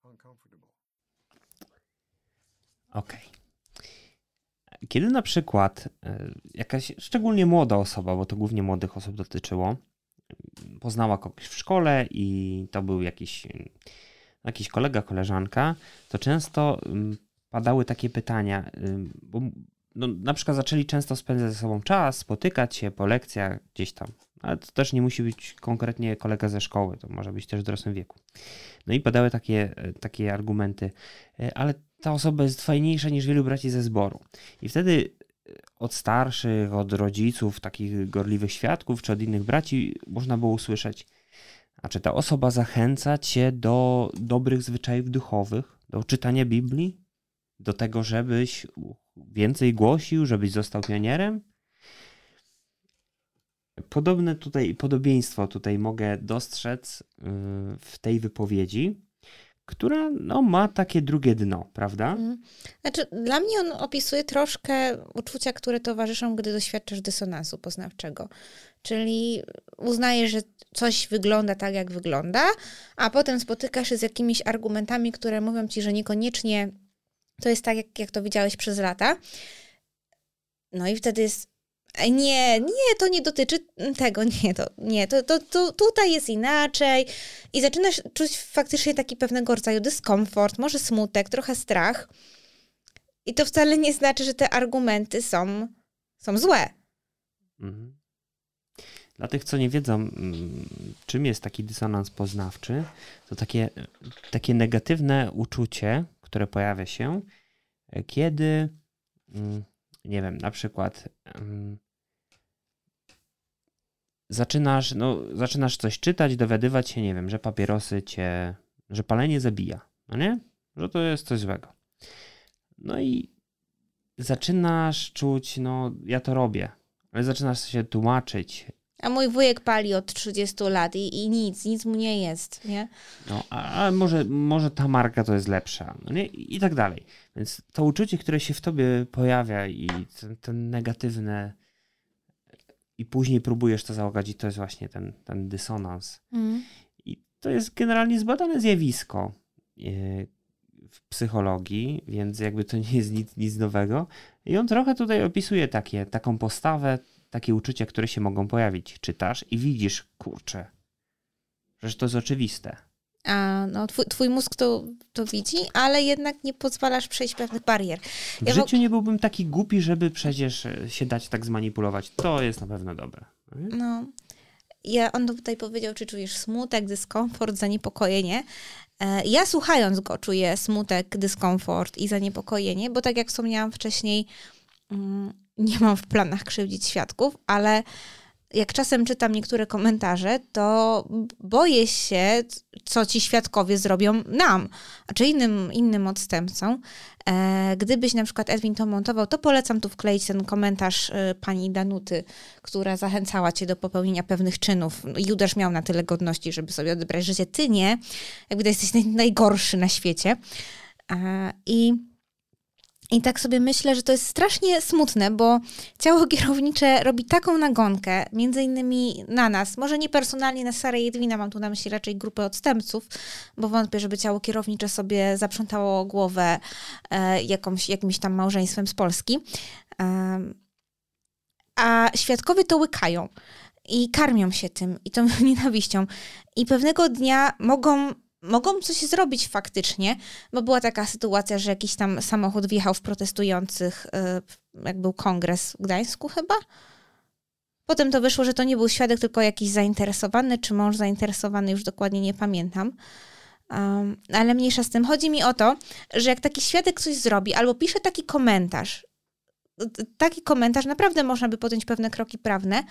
Okej. Kiedy na przykład jakaś szczególnie młoda osoba, bo to głównie młodych osób dotyczyło, poznała kogoś w szkole i to był jakiś kolega, koleżanka, to często padały takie pytania, bo na przykład zaczęli często spędzać ze sobą czas, spotykać się po lekcjach gdzieś tam, ale to też nie musi być konkretnie kolega ze szkoły, to może być też w dorosłym wieku. No i padały takie argumenty, ale ta osoba jest fajniejsza niż wielu braci ze zboru. I wtedy od starszych, od rodziców, takich gorliwych świadków, czy od innych braci można było usłyszeć, a czy ta osoba zachęca cię do dobrych zwyczajów duchowych, do czytania Biblii, do tego, żebyś więcej głosił, żebyś został pionierem? Podobieństwo tutaj mogę dostrzec w tej wypowiedzi, która ma takie drugie dno, prawda? Znaczy, dla mnie on opisuje troszkę uczucia, które towarzyszą, gdy doświadczasz dysonansu poznawczego. Czyli uznajesz, że coś wygląda tak, jak wygląda, a potem spotykasz się z jakimiś argumentami, które mówią ci, że niekoniecznie to jest tak, jak to widziałeś przez lata. No i wtedy jest nie, to nie dotyczy tego, to tutaj jest inaczej. I zaczynasz czuć faktycznie taki pewnego rodzaju dyskomfort, może smutek, trochę strach. I to wcale nie znaczy, że te argumenty są złe. Mhm. Dla tych, co nie wiedzą, czym jest taki dysonans poznawczy, to takie negatywne uczucie, które pojawia się, kiedy nie wiem, na przykład zaczynasz coś czytać, dowiadywać się, nie wiem, że papierosy że palenie zabija, no nie? Że to jest coś złego. No i zaczynasz czuć, ja to robię, ale zaczynasz się tłumaczyć. A mój wujek pali od 30 lat i nic mu nie jest, nie? No, a może ta marka to jest lepsza, no nie? I tak dalej. Więc to uczucie, które się w tobie pojawia i ten negatywne i później próbujesz to załagodzić, to jest właśnie ten dysonans. I to jest generalnie zbadane zjawisko w psychologii, więc jakby to nie jest nic nowego. I on trochę tutaj opisuje taką postawę, takie uczucia, które się mogą pojawić. Czytasz i widzisz, kurczę, że to jest oczywiste. A no, twój mózg to widzi, ale jednak nie pozwalasz przejść pewnych barier. W życiu nie byłbym taki głupi, żeby przecież się dać tak zmanipulować. To jest na pewno dobre. No. On tutaj powiedział, czy czujesz smutek, dyskomfort, zaniepokojenie. Ja słuchając go czuję smutek, dyskomfort i zaniepokojenie, bo tak jak wspomniałam wcześniej, nie mam w planach krzywdzić świadków, ale jak czasem czytam niektóre komentarze, to boję się, co ci świadkowie zrobią nam, czy innym odstępcom. Gdybyś na przykład, Edwin, to montował, to polecam tu wkleić ten komentarz pani Danuty, która zachęcała cię do popełnienia pewnych czynów. Judasz miał na tyle godności, żeby sobie odebrać życie. Ty nie. Jakby to jesteś najgorszy na świecie. I tak sobie myślę, że to jest strasznie smutne, bo ciało kierownicze robi taką nagonkę, między innymi na nas, może nie personalnie na Sarę i Edwina, mam tu na myśli raczej grupę odstępców, bo wątpię, żeby ciało kierownicze sobie zaprzątało głowę jakimś tam małżeństwem z Polski. A świadkowie to łykają i karmią się tym i tą nienawiścią. I pewnego dnia mogą coś zrobić faktycznie, bo była taka sytuacja, że jakiś tam samochód wjechał w protestujących, jak był kongres w Gdańsku chyba. Potem to wyszło, że to nie był świadek, tylko jakiś zainteresowany, czy mąż zainteresowany, już dokładnie nie pamiętam. Ale mniejsza z tym. Chodzi mi o to, że jak taki świadek coś zrobi, albo pisze taki komentarz, naprawdę można by podjąć pewne kroki prawne,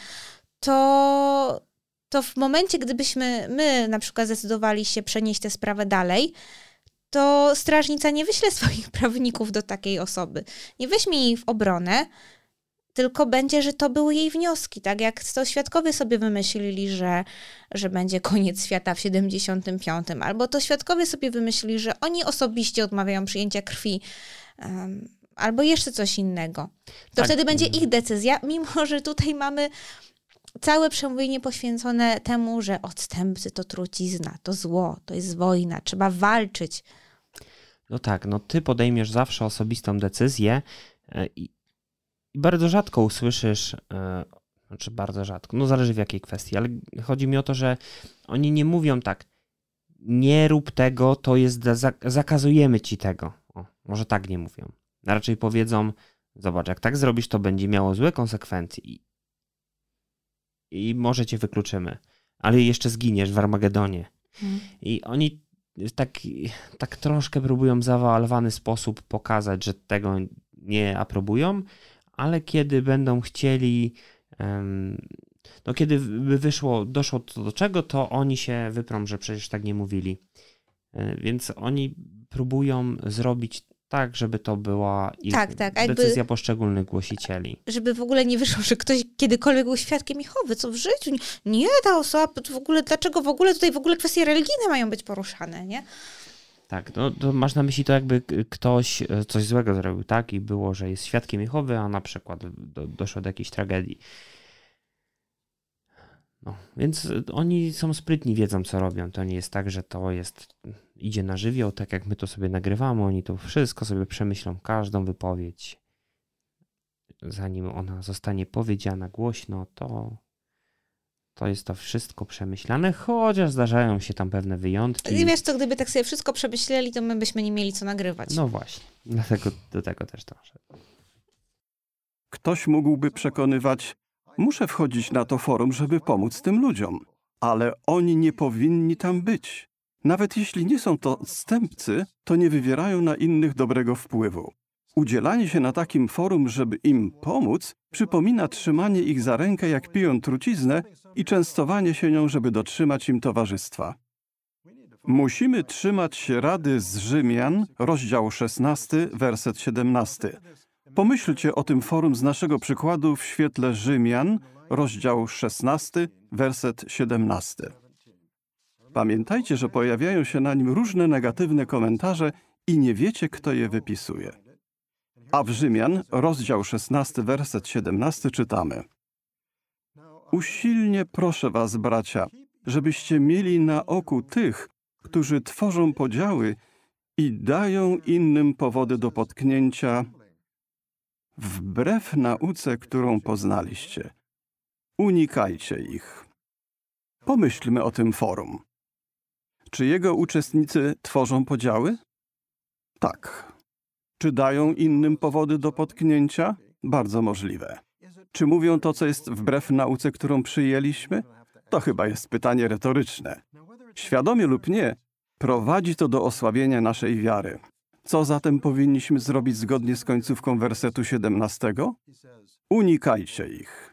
to w momencie, gdybyśmy my na przykład zdecydowali się przenieść tę sprawę dalej, to strażnica nie wyśle swoich prawników do takiej osoby. Nie weźmie jej w obronę, tylko będzie, że to były jej wnioski. Tak jak to świadkowie sobie wymyślili, że będzie koniec świata w 75. Albo to świadkowie sobie wymyślili, że oni osobiście odmawiają przyjęcia krwi, albo jeszcze coś innego. To wtedy będzie ich decyzja, mimo że tutaj mamy całe przemówienie poświęcone temu, że odstępcy to trucizna, to zło, to jest wojna, trzeba walczyć. No tak, ty podejmiesz zawsze osobistą decyzję i bardzo rzadko usłyszysz, znaczy bardzo rzadko, zależy w jakiej kwestii, ale chodzi mi o to, że oni nie mówią tak, nie rób tego, to jest, zakazujemy ci tego. Może tak nie mówią. Raczej powiedzą, zobacz, jak tak zrobisz, to będzie miało złe konsekwencje i może cię wykluczymy, ale jeszcze zginiesz w Armagedonie. I oni tak troszkę próbują w zawalowany sposób pokazać, że tego nie aprobują, ale kiedy będą chcieli, kiedy by doszło do czego, to oni się wyprą, że przecież tak nie mówili. Więc oni próbują zrobić tak, żeby to była ich decyzja poszczególnych głosicieli. Żeby w ogóle nie wyszło, że ktoś kiedykolwiek był świadkiem Jehowy, co w życiu? Nie, ta osoba w ogóle, dlaczego w ogóle tutaj kwestie religijne mają być poruszane, nie? Tak, to masz na myśli to, jakby ktoś coś złego zrobił, tak? I było, że jest świadkiem Jehowy, a na przykład doszło do jakiejś tragedii. Więc oni są sprytni, wiedzą co robią. To nie jest tak, że to idzie na żywioł, tak jak my to sobie nagrywamy. Oni to wszystko sobie przemyślą, każdą wypowiedź. Zanim ona zostanie powiedziana głośno, to jest to wszystko przemyślane, chociaż zdarzają się tam pewne wyjątki. I wiesz co, gdyby tak sobie wszystko przemyśleli, to my byśmy nie mieli co nagrywać. No właśnie, dlatego do tego też dążę. Ktoś mógłby przekonywać, muszę wchodzić na to forum, żeby pomóc tym ludziom, ale oni nie powinni tam być. Nawet jeśli nie są to odstępcy, to nie wywierają na innych dobrego wpływu. Udzielanie się na takim forum, żeby im pomóc, przypomina trzymanie ich za rękę, jak piją truciznę i częstowanie się nią, żeby dotrzymać im towarzystwa. Musimy trzymać się rady z Rzymian, rozdział 16, werset 17. Pomyślcie o tym forum z naszego przykładu w świetle Rzymian, rozdział 16, werset 17. Pamiętajcie, że pojawiają się na nim różne negatywne komentarze i nie wiecie, kto je wypisuje. A w Rzymian, rozdział 16, werset 17 czytamy: Usilnie proszę was, bracia, żebyście mieli na oku tych, którzy tworzą podziały i dają innym powody do potknięcia, wbrew nauce, którą poznaliście. Unikajcie ich. Pomyślmy o tym forum. Czy jego uczestnicy tworzą podziały? Tak. Czy dają innym powody do potknięcia? Bardzo możliwe. Czy mówią to, co jest wbrew nauce, którą przyjęliśmy? To chyba jest pytanie retoryczne. Świadomie lub nie, prowadzi to do osłabienia naszej wiary. Co zatem powinniśmy zrobić zgodnie z końcówką wersetu 17? Unikajcie ich.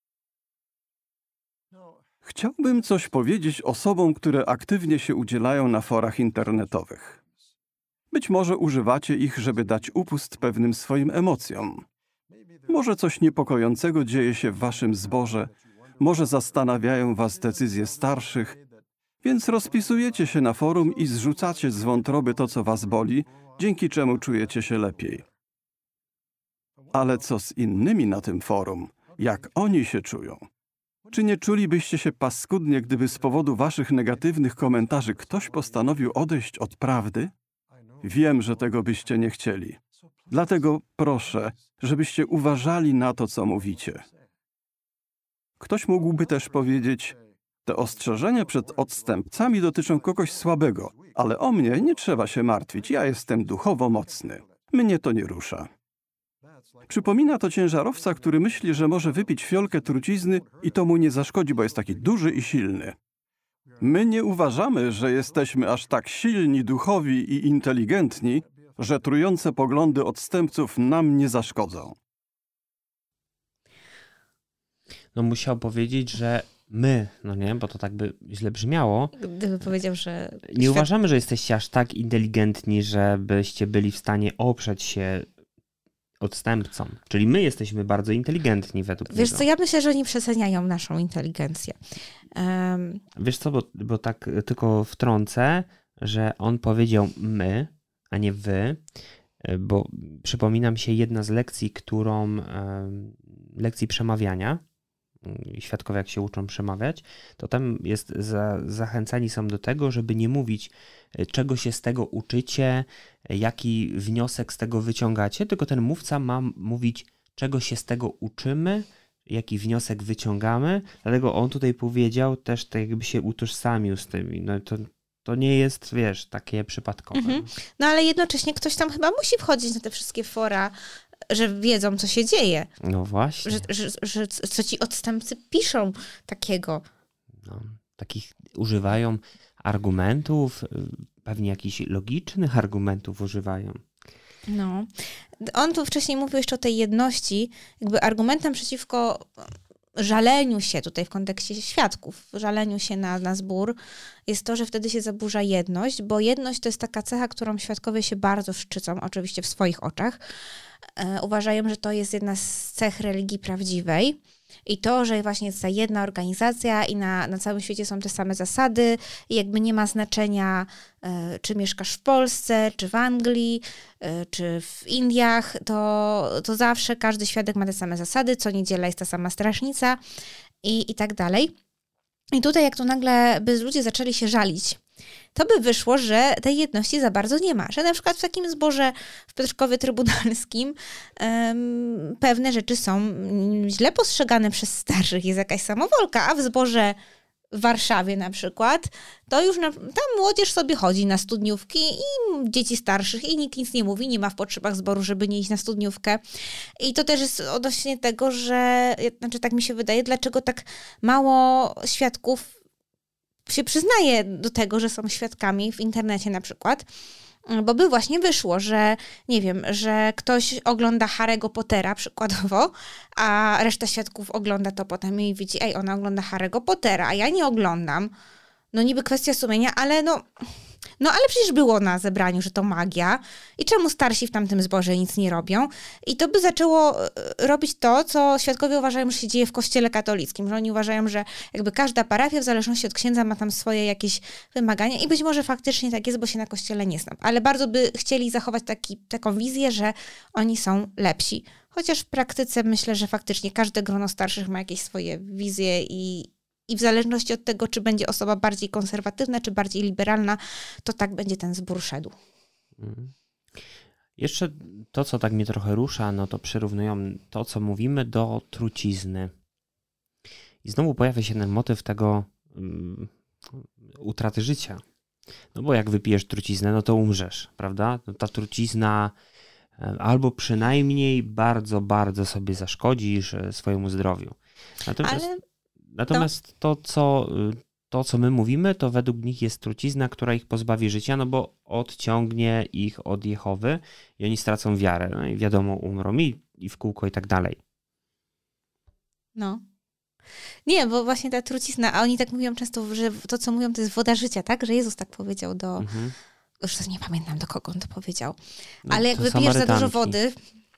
Chciałbym coś powiedzieć osobom, które aktywnie się udzielają na forach internetowych. Być może używacie ich, żeby dać upust pewnym swoim emocjom. Może coś niepokojącego dzieje się w waszym zborze, może zastanawiają was decyzje starszych, więc rozpisujecie się na forum i zrzucacie z wątroby to, co was boli, dzięki czemu czujecie się lepiej. Ale co z innymi na tym forum? Jak oni się czują? Czy nie czulibyście się paskudnie, gdyby z powodu waszych negatywnych komentarzy ktoś postanowił odejść od prawdy? Wiem, że tego byście nie chcieli. Dlatego proszę, żebyście uważali na to, co mówicie. Ktoś mógłby też powiedzieć, te ostrzeżenia przed odstępcami dotyczą kogoś słabego, ale o mnie nie trzeba się martwić, ja jestem duchowo mocny. Mnie to nie rusza. Przypomina to ciężarowca, który myśli, że może wypić fiolkę trucizny i to mu nie zaszkodzi, bo jest taki duży i silny. My nie uważamy, że jesteśmy aż tak silni, duchowi i inteligentni, że trujące poglądy odstępców nam nie zaszkodzą. No musiał powiedzieć, że my, no nie, bo to tak by źle brzmiało. Gdyby powiedział, że... Nie uważamy, że jesteście aż tak inteligentni, żebyście byli w stanie oprzeć się odstępcom. Czyli my jesteśmy bardzo inteligentni według Wiesz niego. co, ja myślę, że oni przeceniają naszą inteligencję. Wiesz co, bo tak tylko wtrącę, że on powiedział my, a nie wy, bo przypomina mi się jedna z lekcji, lekcji przemawiania, świadkowie jak się uczą przemawiać, to tam jest, zachęcani są do tego, żeby nie mówić, czego się z tego uczycie, jaki wniosek z tego wyciągacie, tylko ten mówca ma mówić, czego się z tego uczymy, jaki wniosek wyciągamy, dlatego on tutaj powiedział też tak jakby się utożsamił z tym. No to nie jest, wiesz, takie przypadkowe. No ale jednocześnie ktoś tam chyba musi wchodzić na te wszystkie fora, że wiedzą, co się dzieje. No właśnie. Że co ci odstępcy piszą takiego. No, takich używają argumentów, pewnie jakichś logicznych argumentów używają. No. On tu wcześniej mówił jeszcze o tej jedności, jakby argumentem przeciwko żaleniu się tutaj w kontekście świadków, żaleniu się na zbór jest to, że wtedy się zaburza jedność, bo jedność to jest taka cecha, którą świadkowie się bardzo szczycą, oczywiście w swoich oczach. Uważają, że to jest jedna z cech religii prawdziwej i to, że właśnie jest ta jedna organizacja i na całym świecie są te same zasady i jakby nie ma znaczenia, czy mieszkasz w Polsce, czy w Anglii, czy w Indiach, to zawsze każdy świadek ma te same zasady, co niedziela jest ta sama strażnica i tak dalej. I tutaj jak tu nagle by ludzie zaczęli się żalić, to by wyszło, że tej jedności za bardzo nie ma. Że na przykład w takim zborze w Piotrkowie Trybunalskim pewne rzeczy są źle postrzegane przez starszych, jest jakaś samowolka, a w zborze w Warszawie na przykład, to już tam młodzież sobie chodzi na studniówki i dzieci starszych i nikt nic nie mówi, nie ma w potrzebach zboru, żeby nie iść na studniówkę. I to też jest odnośnie tego, że, znaczy tak mi się wydaje, dlaczego tak mało świadków się przyznaje do tego, że są świadkami w internecie na przykład, bo by właśnie wyszło, że nie wiem, że ktoś ogląda Harry'ego Pottera przykładowo, a reszta świadków ogląda to potem i widzi, ona ogląda Harry'ego Pottera, a ja nie oglądam. No niby kwestia sumienia, ale ale przecież było na zebraniu, że to magia i czemu starsi w tamtym zborze nic nie robią? I to by zaczęło robić to, co świadkowie uważają, że się dzieje w kościele katolickim, że oni uważają, że jakby każda parafia w zależności od księdza ma tam swoje jakieś wymagania i być może faktycznie tak jest, bo się na kościele nie znam. Ale bardzo by chcieli zachować taką wizję, że oni są lepsi. Chociaż w praktyce myślę, że faktycznie każde grono starszych ma jakieś swoje wizje i w zależności od tego, czy będzie osoba bardziej konserwatywna, czy bardziej liberalna, to tak będzie ten zbór szedł. Jeszcze to, co tak mnie trochę rusza, no to przyrównują to, co mówimy, do trucizny. I znowu pojawia się ten motyw tego utraty życia. No bo jak wypijesz truciznę, no to umrzesz, prawda? No ta trucizna albo przynajmniej bardzo, bardzo sobie zaszkodzisz swojemu zdrowiu. Natomiast to, co my mówimy, to według nich jest trucizna, która ich pozbawi życia, no bo odciągnie ich od Jehowy i oni stracą wiarę. No i wiadomo, umrą i w kółko i tak dalej. No. Nie, bo właśnie ta trucizna, a oni tak mówią często, że to, co mówią, to jest woda życia, tak? Że Jezus tak powiedział do... Już nie pamiętam, do kogo on to powiedział. No, ale jak wypijesz za dużo wody...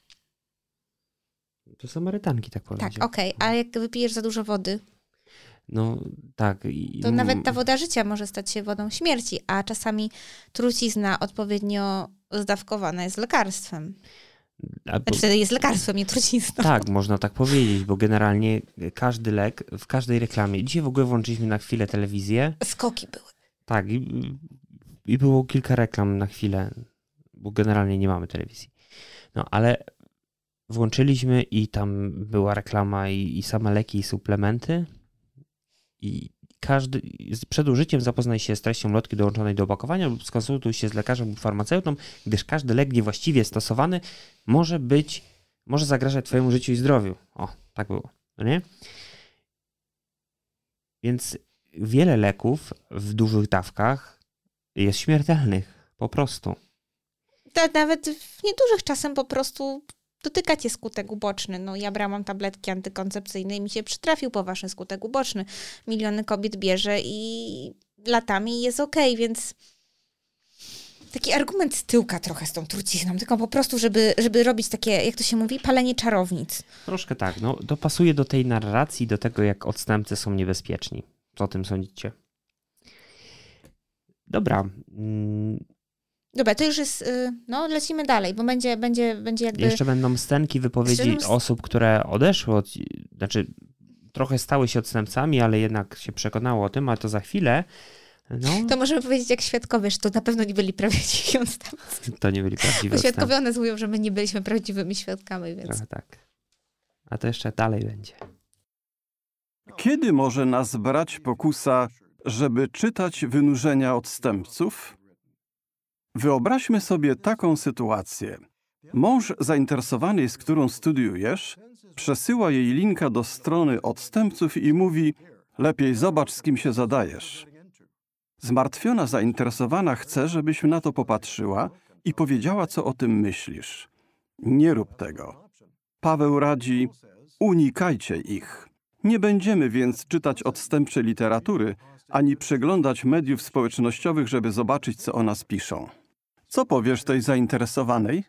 To Samarytanki tak powiedział. Tak, okej. Ale jak wypijesz za dużo wody... No tak. To nawet ta woda życia może stać się wodą śmierci, a czasami trucizna odpowiednio zdawkowana jest lekarstwem. Znaczy wtedy jest lekarstwem, nie trucizną. Tak, można tak powiedzieć, bo generalnie każdy lek w każdej reklamie. Dzisiaj w ogóle włączyliśmy na chwilę telewizję. Skoki były. Tak, i było kilka reklam na chwilę, bo generalnie nie mamy telewizji. No ale włączyliśmy i tam była reklama i same leki, i suplementy. I przed użyciem zapoznaj się z treścią ulotki dołączonej do opakowania lub skonsultuj się z lekarzem lub farmaceutą, gdyż każdy lek niewłaściwie stosowany może zagrażać twojemu życiu i zdrowiu. O, tak było, no nie? Więc wiele leków w dużych dawkach jest śmiertelnych, po prostu. Nawet w niedużych czasem po prostu dotyka cię skutek uboczny. No ja brałam tabletki antykoncepcyjne i mi się przytrafił poważny skutek uboczny. Miliony kobiet bierze i latami jest okej, więc taki argument z tyłka trochę z tą trucizną, tylko po prostu, żeby robić takie, jak to się mówi, palenie czarownic. Troszkę tak, no to pasuje do tej narracji, do tego, jak odstępcy są niebezpieczni. Co o tym sądzicie? Dobra. Dobra, to już jest, no lecimy dalej, bo będzie jakby... Jeszcze będą scenki wypowiedzi osób, które odeszły, znaczy trochę stały się odstępcami, ale jednak się przekonało o tym, ale to za chwilę. No. To możemy powiedzieć jak świadkowie, że to na pewno nie byli prawdziwi odstępcy. To nie byli prawdziwi odstępcy. Świadkowie one mówią, że my nie byliśmy prawdziwymi świadkami, więc... Trochę tak. A to jeszcze dalej będzie. Kiedy może nas brać pokusa, żeby czytać wynurzenia odstępców? Wyobraźmy sobie taką sytuację. Mąż zainteresowany, z którą studiujesz, przesyła jej linka do strony odstępców i mówi: lepiej zobacz, z kim się zadajesz. Zmartwiona zainteresowana chce, żebyś na to popatrzyła i powiedziała, co o tym myślisz. Nie rób tego. Paweł radzi: unikajcie ich. Nie będziemy więc czytać odstępczej literatury, ani przeglądać mediów społecznościowych, żeby zobaczyć, co o nas piszą. Co powiesz tej zainteresowanej?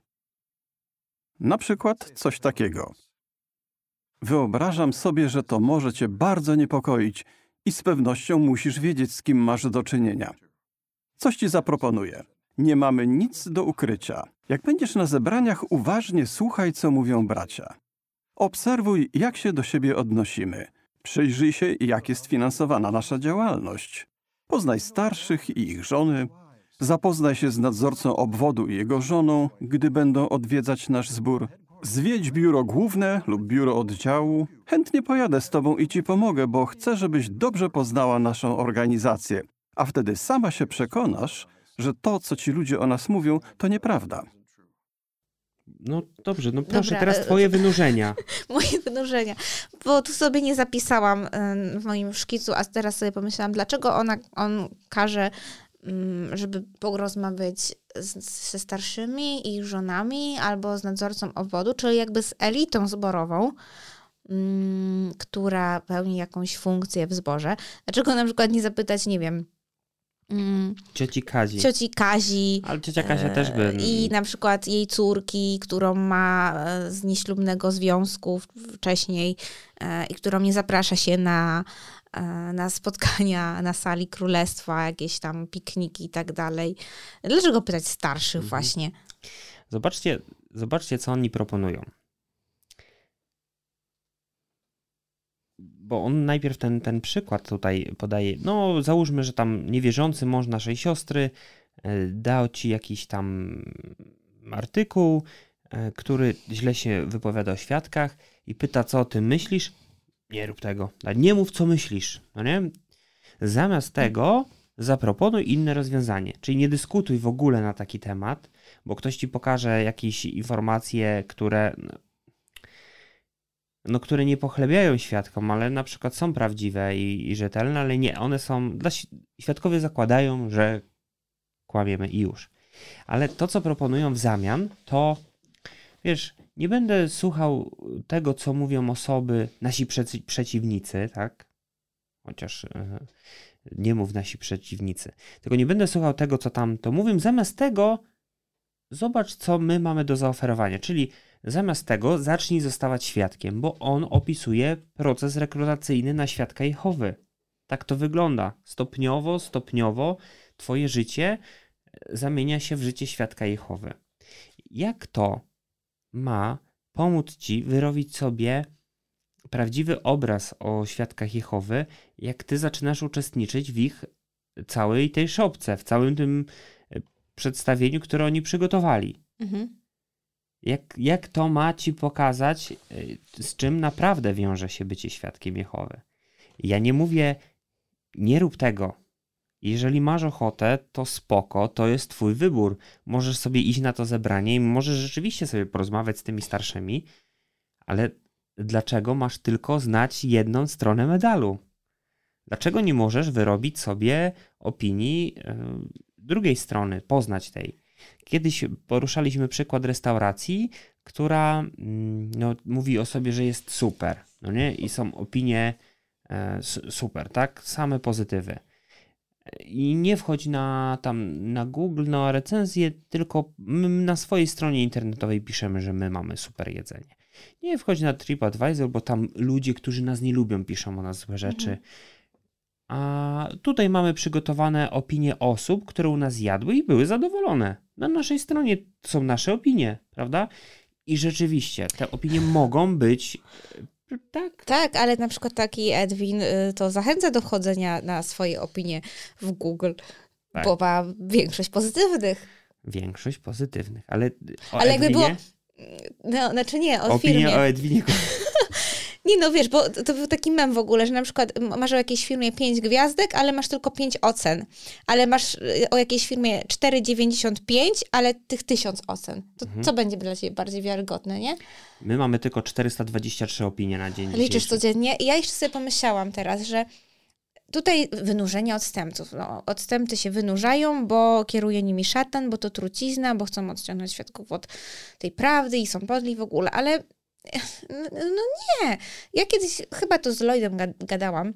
Na przykład coś takiego. Wyobrażam sobie, że to może cię bardzo niepokoić i z pewnością musisz wiedzieć, z kim masz do czynienia. Coś ci zaproponuję. Nie mamy nic do ukrycia. Jak będziesz na zebraniach, uważnie słuchaj, co mówią bracia. Obserwuj, jak się do siebie odnosimy. Przyjrzyj się, jak jest finansowana nasza działalność. Poznaj starszych i ich żony. Zapoznaj się z nadzorcą obwodu i jego żoną, gdy będą odwiedzać nasz zbór. Zwiedź biuro główne lub biuro oddziału. Chętnie pojadę z tobą i ci pomogę, bo chcę, żebyś dobrze poznała naszą organizację. A wtedy sama się przekonasz, że to, co ci ludzie o nas mówią, to nieprawda. No dobrze, no proszę, teraz twoje wynurzenia. Moje wynurzenia, bo tu sobie nie zapisałam w moim szkicu, a teraz sobie pomyślałam, dlaczego on każe, żeby porozmawiać ze starszymi i ich żonami albo z nadzorcą obwodu, czyli jakby z elitą zborową, która pełni jakąś funkcję w zborze. Dlaczego na przykład nie zapytać, nie wiem, Cioci Kazi. Ale ciocia Kasia też by... I na przykład jej córki, którą ma z nieślubnego związku wcześniej i którą nie zaprasza się na spotkania na sali królestwa, jakieś tam pikniki i tak dalej. Dlaczego pytać starszych właśnie? Zobaczcie, co oni proponują. Bo on najpierw ten przykład tutaj podaje. No, załóżmy, że tam niewierzący mąż naszej siostry dał ci jakiś tam artykuł, który źle się wypowiada o świadkach i pyta, co o tym myślisz. Nie rób tego. Nie mów, co myślisz. No nie? Zamiast tego zaproponuj inne rozwiązanie. Czyli nie dyskutuj w ogóle na taki temat, bo ktoś ci pokaże jakieś informacje, które nie pochlebiają świadkom, ale na przykład są prawdziwe i rzetelne, ale nie, one są, świadkowie zakładają, że kłamiemy i już. Ale to, co proponują w zamian, to wiesz, nie będę słuchał tego, co mówią osoby, nasi przeciwnicy, tak? Chociaż nie mów nasi przeciwnicy. Tylko nie będę słuchał tego, co tam to mówią. Zamiast tego zobacz, co my mamy do zaoferowania. Czyli zamiast tego zacznij zostawać świadkiem, bo on opisuje proces rekrutacyjny na świadka Jehowy. Tak to wygląda. Stopniowo twoje życie zamienia się w życie świadka Jehowy. Jak to ma pomóc ci wyrobić sobie prawdziwy obraz o świadkach Jehowy, jak ty zaczynasz uczestniczyć w ich całej tej szopce, w całym tym przedstawieniu, które oni przygotowali. Jak to ma ci pokazać, z czym naprawdę wiąże się bycie świadkiem Jehowy? Ja nie mówię, nie rób tego. Jeżeli masz ochotę, to spoko, to jest twój wybór. Możesz sobie iść na to zebranie i możesz rzeczywiście sobie porozmawiać z tymi starszymi, ale dlaczego masz tylko znać jedną stronę medalu? Dlaczego nie możesz wyrobić sobie opinii drugiej strony, poznać tej? Kiedyś poruszaliśmy przykład restauracji, która mówi o sobie, że jest super, no nie? I są opinie super, tak? Same pozytywy. I nie wchodź na Google, na recenzję, tylko my na swojej stronie internetowej piszemy, że my mamy super jedzenie. Nie wchodź na TripAdvisor, bo tam ludzie, którzy nas nie lubią, piszą o nas złe rzeczy. A tutaj mamy przygotowane opinie osób, które u nas jadły i były zadowolone. Na naszej stronie są nasze opinie, prawda? I rzeczywiście te opinie mogą być... Tak, ale na przykład taki Edwin to zachęca do wchodzenia na swoje opinie w Google, bo ma większość pozytywnych. Większość pozytywnych, ale jakby było... No, znaczy nie, o firmie. Opinie o Edwinie. Nie no, wiesz, bo to był taki mem w ogóle, że na przykład masz o jakiejś firmie 5 gwiazdek, ale masz tylko 5 ocen. Ale masz o jakiejś firmie 4,95, ale tych 1000 ocen. To co będzie dla ciebie bardziej wiarygodne, nie? My mamy tylko 423 opinie na dzień dzisiejszy. Liczysz codziennie. I ja jeszcze sobie pomyślałam teraz, że tutaj wynurzenie odstępców. No, odstępcy się wynurzają, bo kieruje nimi szatan, bo to trucizna, bo chcą odciągnąć świadków od tej prawdy i są podli w ogóle, ale no nie. Ja kiedyś chyba to z Lloydem gadałam,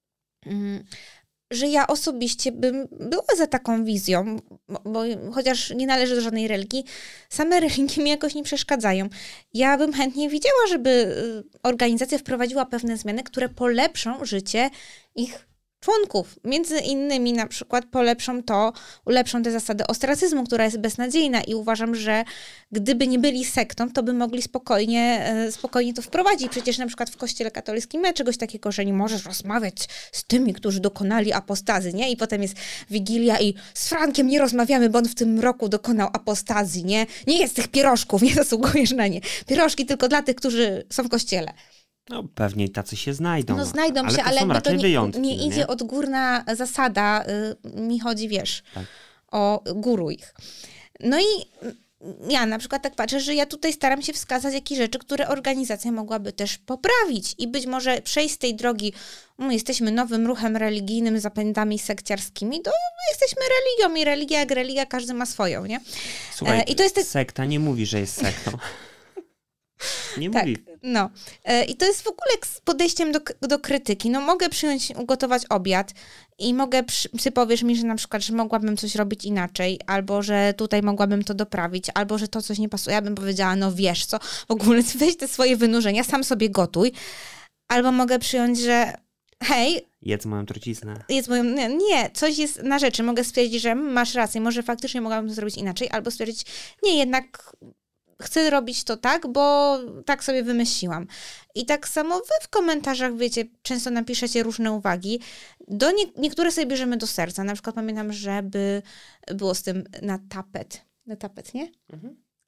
że ja osobiście bym była za taką wizją, bo chociaż nie należę do żadnej religii, same religie mi jakoś nie przeszkadzają. Ja bym chętnie widziała, żeby organizacja wprowadziła pewne zmiany, które polepszą życie ich członków. Między innymi na przykład ulepszą te zasady ostracyzmu, która jest beznadziejna i uważam, że gdyby nie byli sektą, to by mogli spokojnie to wprowadzić. Przecież na przykład w Kościele katolickim ma czegoś takiego, że nie możesz rozmawiać z tymi, którzy dokonali apostazji, nie? I potem jest Wigilia i z Frankiem nie rozmawiamy, bo on w tym roku dokonał apostazji, nie? Nie jest tych pierożków, nie zasługujesz na nie. Pierożki tylko dla tych, którzy są w Kościele. No pewnie tacy się znajdą. No znajdą się, ale jakby to nie idzie odgórna zasada. Mi chodzi, wiesz, o guru ich. No i ja na przykład tak patrzę, że ja tutaj staram się wskazać jakieś rzeczy, które organizacja mogłaby też poprawić i być może przejść z tej drogi, jesteśmy nowym ruchem religijnym z zapędami sekciarskimi, to jesteśmy religią i religia jak religia, każdy ma swoją, nie? Słuchaj, i to jest sekta nie mówi, że jest sektą. Nie tak, mówi. No. I to jest w ogóle z podejściem do krytyki. No mogę przyjąć, ugotować obiad i ty powiesz mi, że na przykład, że mogłabym coś robić inaczej, albo że tutaj mogłabym to doprawić, albo że to coś nie pasuje. Ja bym powiedziała, no wiesz co, w ogóle weź te swoje wynurzenia, sam sobie gotuj. Albo mogę przyjąć, że hej, jedz moją truciznę. Nie, coś jest na rzeczy. Mogę stwierdzić, że masz rację, może faktycznie mogłabym to zrobić inaczej, albo stwierdzić, nie, jednak chcę robić to tak, bo tak sobie wymyśliłam. I tak samo wy w komentarzach, wiecie, często napiszecie różne uwagi. Niektóre sobie bierzemy do serca. Na przykład pamiętam, żeby było z tym na tapet, nie?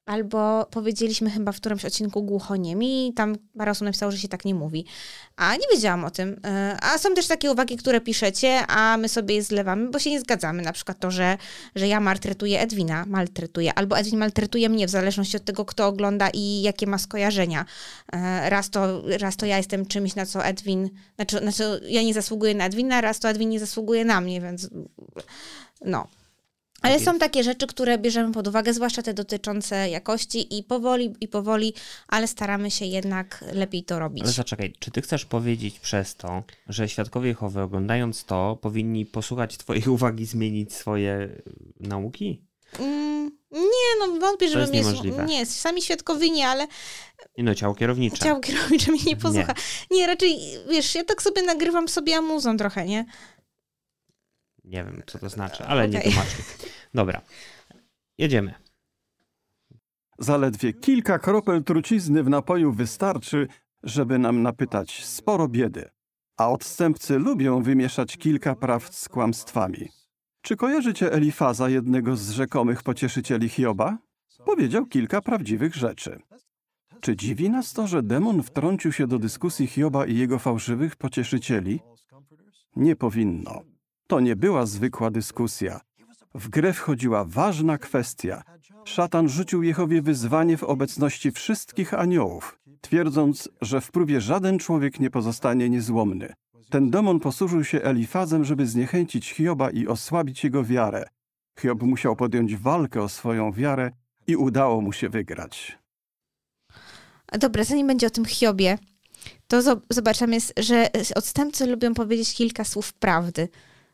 Albo powiedzieliśmy chyba w którymś odcinku głuchoniemi i tam parę osób napisało, że się tak nie mówi. A nie wiedziałam o tym. A są też takie uwagi, które piszecie, a my sobie je zlewamy, bo się nie zgadzamy. Na przykład to, że ja maltretuję Edwina, albo Edwin maltretuje mnie, w zależności od tego, kto ogląda i jakie ma skojarzenia. Raz to ja jestem czymś, na co Edwin, znaczy ja nie zasługuję na Edwina, raz to Edwin nie zasługuje na mnie, więc no. Ale są takie rzeczy, które bierzemy pod uwagę, zwłaszcza te dotyczące jakości i powoli, ale staramy się jednak lepiej to robić. Ale zaczekaj, czy ty chcesz powiedzieć przez to, że Świadkowie Jehowy oglądając to powinni posłuchać twojej uwagi, zmienić swoje nauki? Nie, wątpię, żeby mnie... Niemożliwe. Nie, sami świadkowie nie, ale... Ciało kierownicze. Ciało kierownicze mnie nie posłucha. Nie, raczej, wiesz, ja tak sobie nagrywam sobie amuzą trochę, nie? Nie wiem, co to znaczy, ale nie tłumaczę. Dobra, jedziemy. Zaledwie kilka kropel trucizny w napoju wystarczy, żeby nam napytać sporo biedy. A odstępcy lubią wymieszać kilka prawd z kłamstwami. Czy kojarzycie Elifaza, jednego z rzekomych pocieszycieli Hioba? Powiedział kilka prawdziwych rzeczy. Czy dziwi nas to, że demon wtrącił się do dyskusji Hioba i jego fałszywych pocieszycieli? Nie powinno. To nie była zwykła dyskusja. W grę wchodziła ważna kwestia. Szatan rzucił Jehowie wyzwanie w obecności wszystkich aniołów, twierdząc, że w próbie żaden człowiek nie pozostanie niezłomny. Ten demon posłużył się Elifazem, żeby zniechęcić Hioba i osłabić jego wiarę. Hiob musiał podjąć walkę o swoją wiarę i udało mu się wygrać. Dobra, zanim będzie o tym Hiobie, to zobaczymy, że odstępcy lubią powiedzieć kilka słów prawdy.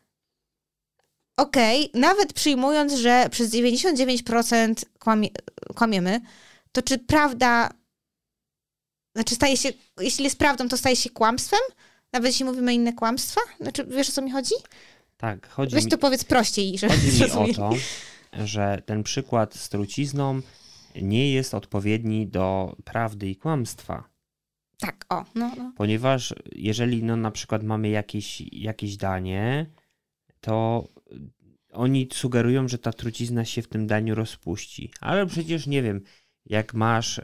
Okej, nawet przyjmując, że przez 99% kłamiemy, to czy prawda, znaczy staje się, jeśli jest prawdą, to staje się kłamstwem? Nawet jeśli mówimy inne kłamstwa? Znaczy, wiesz, o co mi chodzi? Tak, Weź to powiedz prościej. Chodzi mi o to, że ten przykład z trucizną nie jest odpowiedni do prawdy i kłamstwa. Tak, no. Ponieważ jeżeli na przykład mamy jakieś danie, to oni sugerują, że ta trucizna się w tym daniu rozpuści. Ale przecież nie wiem, jak masz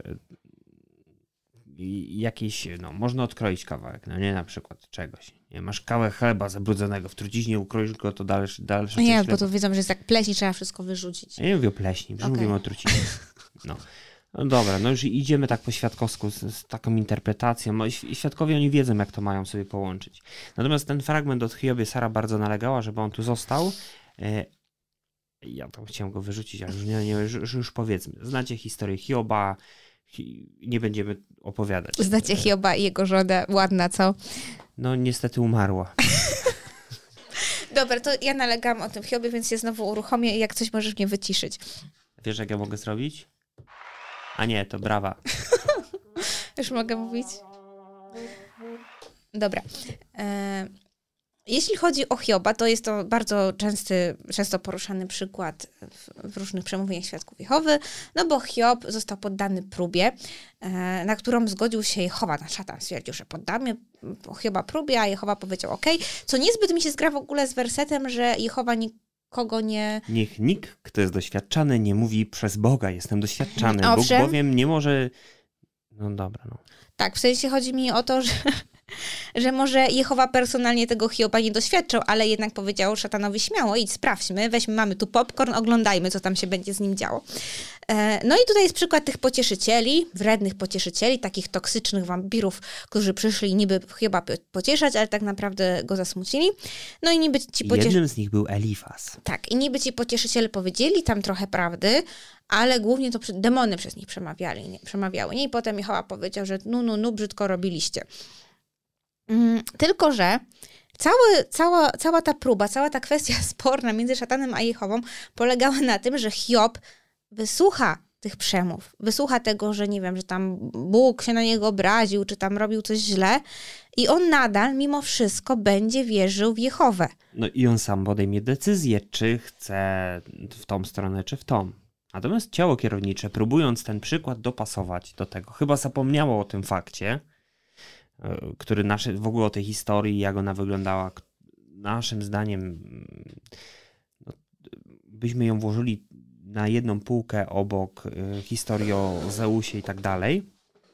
jakieś, można odkroić kawałek, na przykład czegoś. Nie, masz kawałek chleba zabrudzonego, w truciźnie ukroisz go, to dalsze nie, bo to wiedzą, że jest jak pleśń, trzeba wszystko wyrzucić. Ja nie mówię o pleśni, mówimy o truciźnie. No dobra, już idziemy tak po świadkowsku z taką interpretacją. Świadkowie, oni wiedzą, jak to mają sobie połączyć. Natomiast ten fragment od Hiobie Sara bardzo nalegała, żeby on tu został. Ja tam chciałem go wyrzucić, ale już powiedzmy. Znacie historię Hioba, nie będziemy opowiadać. Znacie Hioba i jego żonę, ładna, co? No niestety umarła. Dobra, to ja nalegam o tym Hiobie, więc się znowu uruchomię i jak coś możesz mnie wyciszyć. Wiesz, jak ja mogę zrobić? A nie, to brawa. Już mogę mówić? Dobra. Jeśli chodzi o Hioba, to jest to bardzo często poruszany przykład w różnych przemówieniach Świadków Jehowy, bo Hiob został poddany próbie, na którą zgodził się Jehowa. Szatan stwierdził, że poddamy Hioba próbie, a Jehowa powiedział okej. Co niezbyt mi się zgra w ogóle z wersetem, że Jehowa nikogo nie... Niech nikt, kto jest doświadczany, nie mówi przez Boga, jestem doświadczany. Bóg bowiem nie może... No dobra, no. Tak, w sensie chodzi mi o to, że może Jehowa personalnie tego Hioba nie doświadczał, ale jednak powiedział szatanowi śmiało, idź, sprawdźmy, mamy tu popcorn, oglądajmy, co tam się będzie z nim działo. No i tutaj jest przykład tych pocieszycieli, wrednych pocieszycieli, takich toksycznych wampirów, którzy przyszli niby Hioba pocieszać, ale tak naprawdę go zasmucili. No i niby ci jednym z nich był Elifaz. Tak, i niby ci pocieszyciele powiedzieli tam trochę prawdy, ale głównie to demony przez nich przemawiały. Nie? I potem Jehowa powiedział, że brzydko robiliście. Tylko że cała ta próba, cała ta kwestia sporna między szatanem a Jehową polegała na tym, że Hiob wysłucha tych przemów, wysłucha tego, że nie wiem, że tam Bóg się na niego obraził, czy tam robił coś źle i on nadal mimo wszystko będzie wierzył w Jehowę. No i on sam podejmie decyzję, czy chce w tą stronę, czy w tą. Natomiast ciało kierownicze, próbując ten przykład dopasować do tego, chyba zapomniało o tym fakcie, który w ogóle o tej historii, jak ona wyglądała, naszym zdaniem byśmy ją włożyli na jedną półkę obok historii o Zeusie i tak dalej.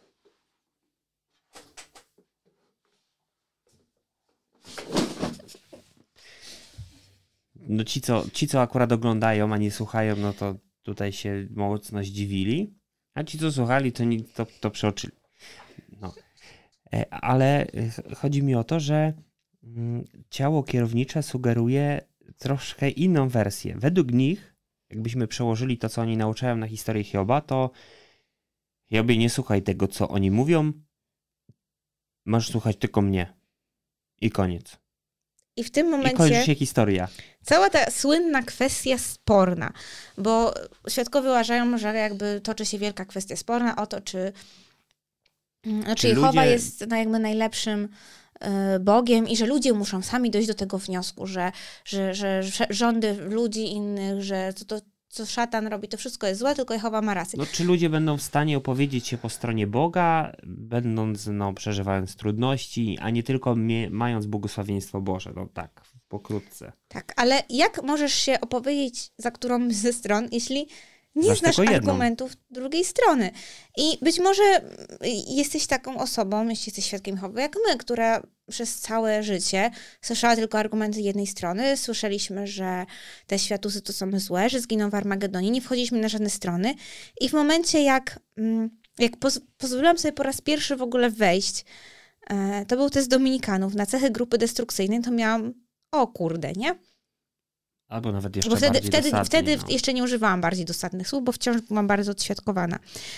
No ci, co akurat oglądają, a nie słuchają, no to tutaj się mocno zdziwili, a ci, co słuchali, to przeoczyli. No. Ale chodzi mi o to, że ciało kierownicze sugeruje troszkę inną wersję. Według nich, jakbyśmy przełożyli to, co oni nauczają na historię Hioba, to Hiobie, nie słuchaj tego, co oni mówią, masz słuchać tylko mnie. I koniec. I w tym momencie... I kończy się historia. Cała ta słynna kwestia sporna, bo świadkowie uważają, że jakby toczy się wielka kwestia sporna o to, czy Jehowa jest jakby najlepszym Bogiem i że ludzie muszą sami dojść do tego wniosku, że rządy ludzi innych, że to co szatan robi, to wszystko jest złe, tylko Jehowa ma rację. No, czy ludzie będą w stanie opowiedzieć się po stronie Boga, będąc, przeżywając trudności, a nie tylko mając błogosławieństwo Boże? No tak, pokrótce. Tak, ale jak możesz się opowiedzieć za którąś ze stron, jeśli nie znasz argumentów drugiej strony? I być może jesteś taką osobą, jeśli jesteś świadkiem Jehowy, jak my, która przez całe życie słyszała tylko argumenty jednej strony. Słyszeliśmy, że te światusy to są złe, że zginą w Armagedonie. Nie wchodziliśmy na żadne strony. I w momencie, jak pozwoliłam sobie po raz pierwszy w ogóle wejść, to był test Dominikanów na cechy grupy destrukcyjnej, to miałam, o kurde, nie? Albo nawet jeszcze bo wtedy jeszcze nie używałam bardziej dosadnych słów, bo wciąż byłam bardzo odświadkowana.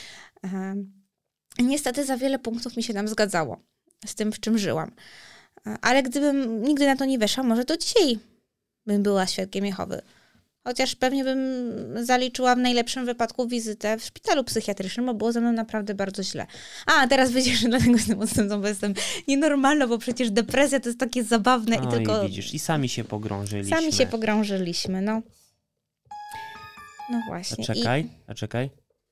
Niestety za wiele punktów mi się tam zgadzało z tym, w czym żyłam. Ale gdybym nigdy na to nie weszła, może to dzisiaj bym była świadkiem Jehowy. Chociaż pewnie bym zaliczyła w najlepszym wypadku wizytę w szpitalu psychiatrycznym, bo było ze mną naprawdę bardzo źle. A, teraz wiecie, że dlatego jestem odstępcą, bo jestem nienormalna, bo przecież depresja to jest takie zabawne i tylko... I widzisz, i sami się pogrążyliśmy. No. No właśnie. A czekaj.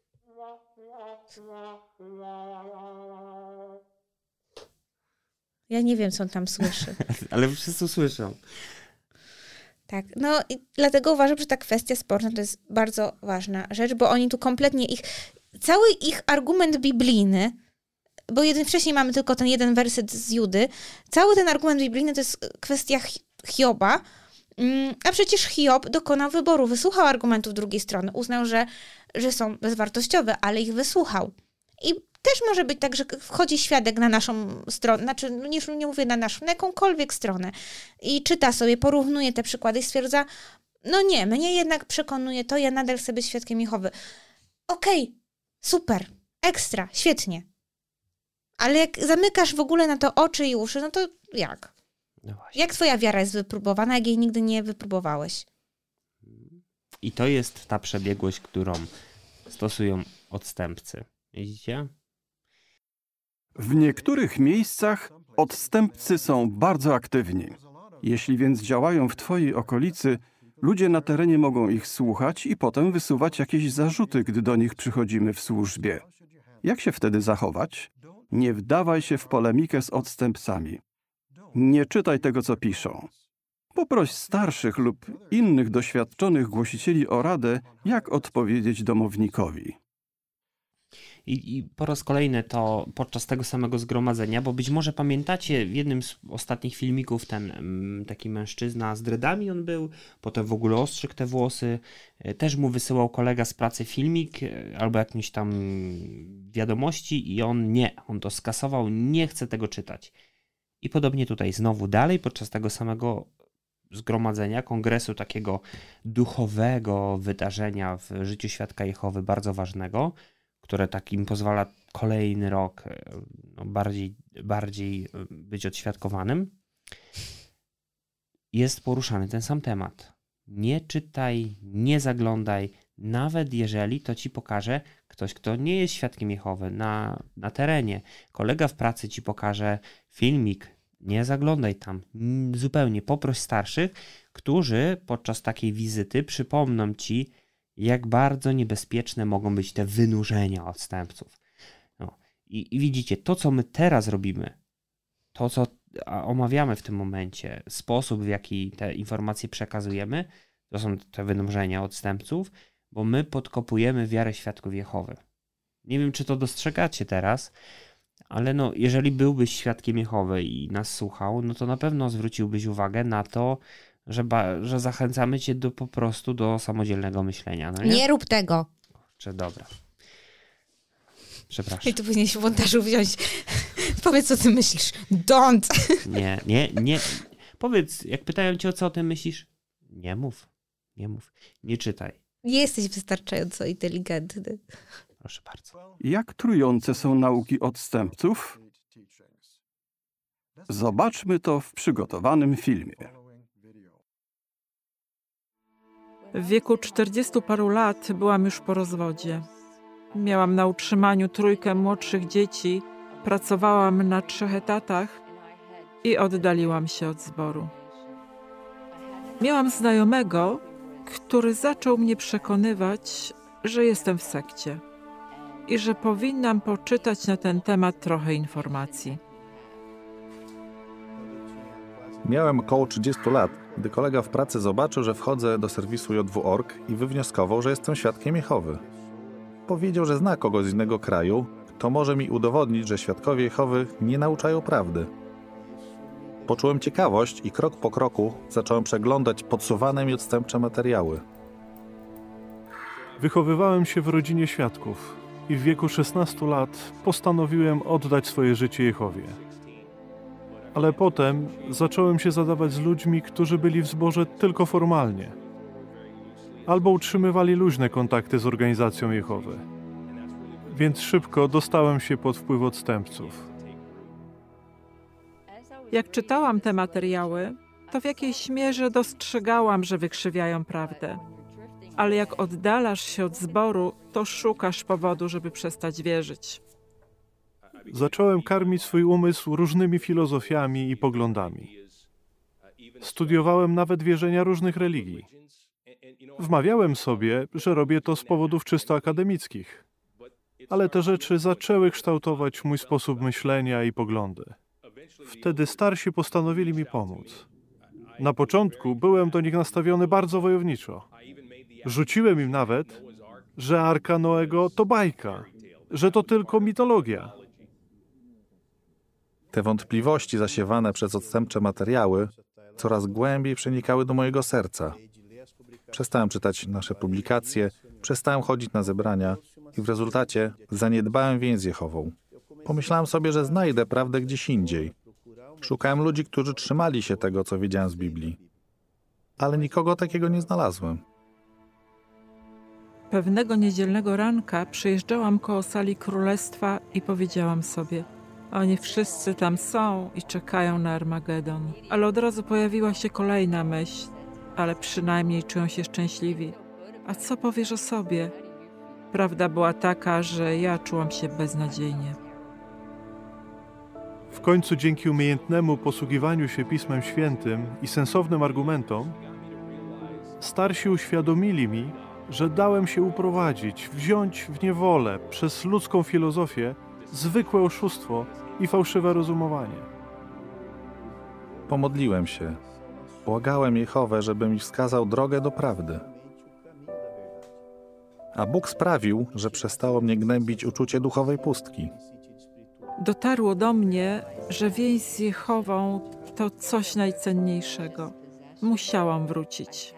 Ja nie wiem, co on tam słyszy. Ale wszyscy słyszą. Tak, no i dlatego uważam, że ta kwestia sporna to jest bardzo ważna rzecz, bo oni tu kompletnie cały ich argument biblijny, bo wcześniej mamy tylko ten jeden werset z Judy, cały ten argument biblijny to jest kwestia Hioba, a przecież Hiob dokonał wyboru, wysłuchał argumentów drugiej strony, uznał, że są bezwartościowe, ale ich wysłuchał. I też może być tak, że wchodzi świadek na naszą stronę, znaczy nie mówię na naszą, na jakąkolwiek stronę i czyta sobie, porównuje te przykłady i stwierdza, no nie, mnie jednak przekonuje to, ja nadal chcę być świadkiem Jehowy. Okej, super, ekstra, świetnie. Ale jak zamykasz w ogóle na to oczy i uszy, no to jak? No właśnie. Jak twoja wiara jest wypróbowana, jak jej nigdy nie wypróbowałeś? I to jest ta przebiegłość, którą stosują odstępcy. Widzicie? W niektórych miejscach odstępcy są bardzo aktywni. Jeśli więc działają w twojej okolicy, ludzie na terenie mogą ich słuchać i potem wysuwać jakieś zarzuty, gdy do nich przychodzimy w służbie. Jak się wtedy zachować? Nie wdawaj się w polemikę z odstępcami. Nie czytaj tego, co piszą. Poproś starszych lub innych doświadczonych głosicieli o radę, jak odpowiedzieć domownikowi. I po raz kolejny to podczas tego samego zgromadzenia, bo być może pamiętacie, w jednym z ostatnich filmików ten taki mężczyzna z dreadami on był, potem w ogóle ostrzykł te włosy, też mu wysyłał kolega z pracy filmik albo jakieś tam wiadomości i on to skasował, nie chce tego czytać. I podobnie tutaj znowu dalej, podczas tego samego zgromadzenia, kongresu takiego duchowego wydarzenia w życiu świadka Jehowy, bardzo ważnego, które takim pozwala kolejny rok bardziej być odświadkowanym, jest poruszany ten sam temat. Nie czytaj, nie zaglądaj, nawet jeżeli to ci pokaże ktoś, kto nie jest świadkiem Jehowy na terenie. Kolega w pracy ci pokaże filmik, nie zaglądaj tam, zupełnie poproś starszych, którzy podczas takiej wizyty przypomną ci, jak bardzo niebezpieczne mogą być te wynurzenia odstępców. No. I widzicie, to co my teraz robimy, to co omawiamy w tym momencie, sposób w jaki te informacje przekazujemy, to są te wynurzenia odstępców, bo my podkopujemy wiarę świadków Jehowy. Nie wiem, czy to dostrzegacie teraz, ale no, jeżeli byłbyś świadkiem Jehowy i nas słuchał, no to na pewno zwróciłbyś uwagę na to, że zachęcamy cię po prostu do samodzielnego myślenia. No nie? Nie rób tego. Czy dobra. Przepraszam. I tu powinieneś w montażu wziąć. Powiedz, co ty myślisz. Don't! Nie. Powiedz, jak pytają cię, o co o tym myślisz, nie mów. Nie czytaj. Nie jesteś wystarczająco inteligentny. Proszę bardzo. Jak trujące są nauki odstępców? Zobaczmy to w przygotowanym filmie. W wieku 40 paru lat byłam już po rozwodzie. Miałam na utrzymaniu 3 młodszych dzieci, pracowałam na 3 etatach i oddaliłam się od zboru. Miałam znajomego, który zaczął mnie przekonywać, że jestem w sekcie i że powinnam poczytać na ten temat trochę informacji. Miałem około 30 lat, gdy kolega w pracy zobaczył, że wchodzę do serwisu JW.org i wywnioskował, że jestem świadkiem Jehowy. Powiedział, że zna kogoś z innego kraju, kto może mi udowodnić, że świadkowie Jehowy nie nauczają prawdy. Poczułem ciekawość i krok po kroku zacząłem przeglądać podsuwane mi odstępcze materiały. Wychowywałem się w rodzinie świadków i w wieku 16 lat postanowiłem oddać swoje życie Jehowie. Ale potem zacząłem się zadawać z ludźmi, którzy byli w zborze tylko formalnie, albo utrzymywali luźne kontakty z organizacją Jehowy. Więc szybko dostałem się pod wpływ odstępców. Jak czytałam te materiały, to w jakiejś mierze dostrzegałam, że wykrzywiają prawdę. Ale jak oddalasz się od zboru, to szukasz powodu, żeby przestać wierzyć. Zacząłem karmić swój umysł różnymi filozofiami i poglądami. Studiowałem nawet wierzenia różnych religii. Wmawiałem sobie, że robię to z powodów czysto akademickich. Ale te rzeczy zaczęły kształtować mój sposób myślenia i poglądy. Wtedy starsi postanowili mi pomóc. Na początku byłem do nich nastawiony bardzo wojowniczo. Rzuciłem im nawet, że Arka Noego to bajka, że to tylko mitologia. Te wątpliwości zasiewane przez odstępcze materiały coraz głębiej przenikały do mojego serca. Przestałem czytać nasze publikacje, przestałem chodzić na zebrania i w rezultacie zaniedbałem więź z Jehową. Pomyślałem sobie, że znajdę prawdę gdzieś indziej. Szukałem ludzi, którzy trzymali się tego, co wiedziałem z Biblii. Ale nikogo takiego nie znalazłem. Pewnego niedzielnego ranka przyjeżdżałam koło sali królestwa i powiedziałam sobie: oni wszyscy tam są i czekają na Armagedon. Ale od razu pojawiła się kolejna myśl: ale przynajmniej czują się szczęśliwi. A co powiesz o sobie? Prawda była taka, że ja czułam się beznadziejnie. W końcu dzięki umiejętnemu posługiwaniu się Pismem Świętym i sensownym argumentom, starsi uświadomili mi, że dałem się uprowadzić, wziąć w niewolę przez ludzką filozofię, zwykłe oszustwo i fałszywe rozumowanie. Pomodliłem się. Błagałem Jehowę, żeby mi wskazał drogę do prawdy. A Bóg sprawił, że przestało mnie gnębić uczucie duchowej pustki. Dotarło do mnie, że więź z Jehową to coś najcenniejszego. Musiałam wrócić.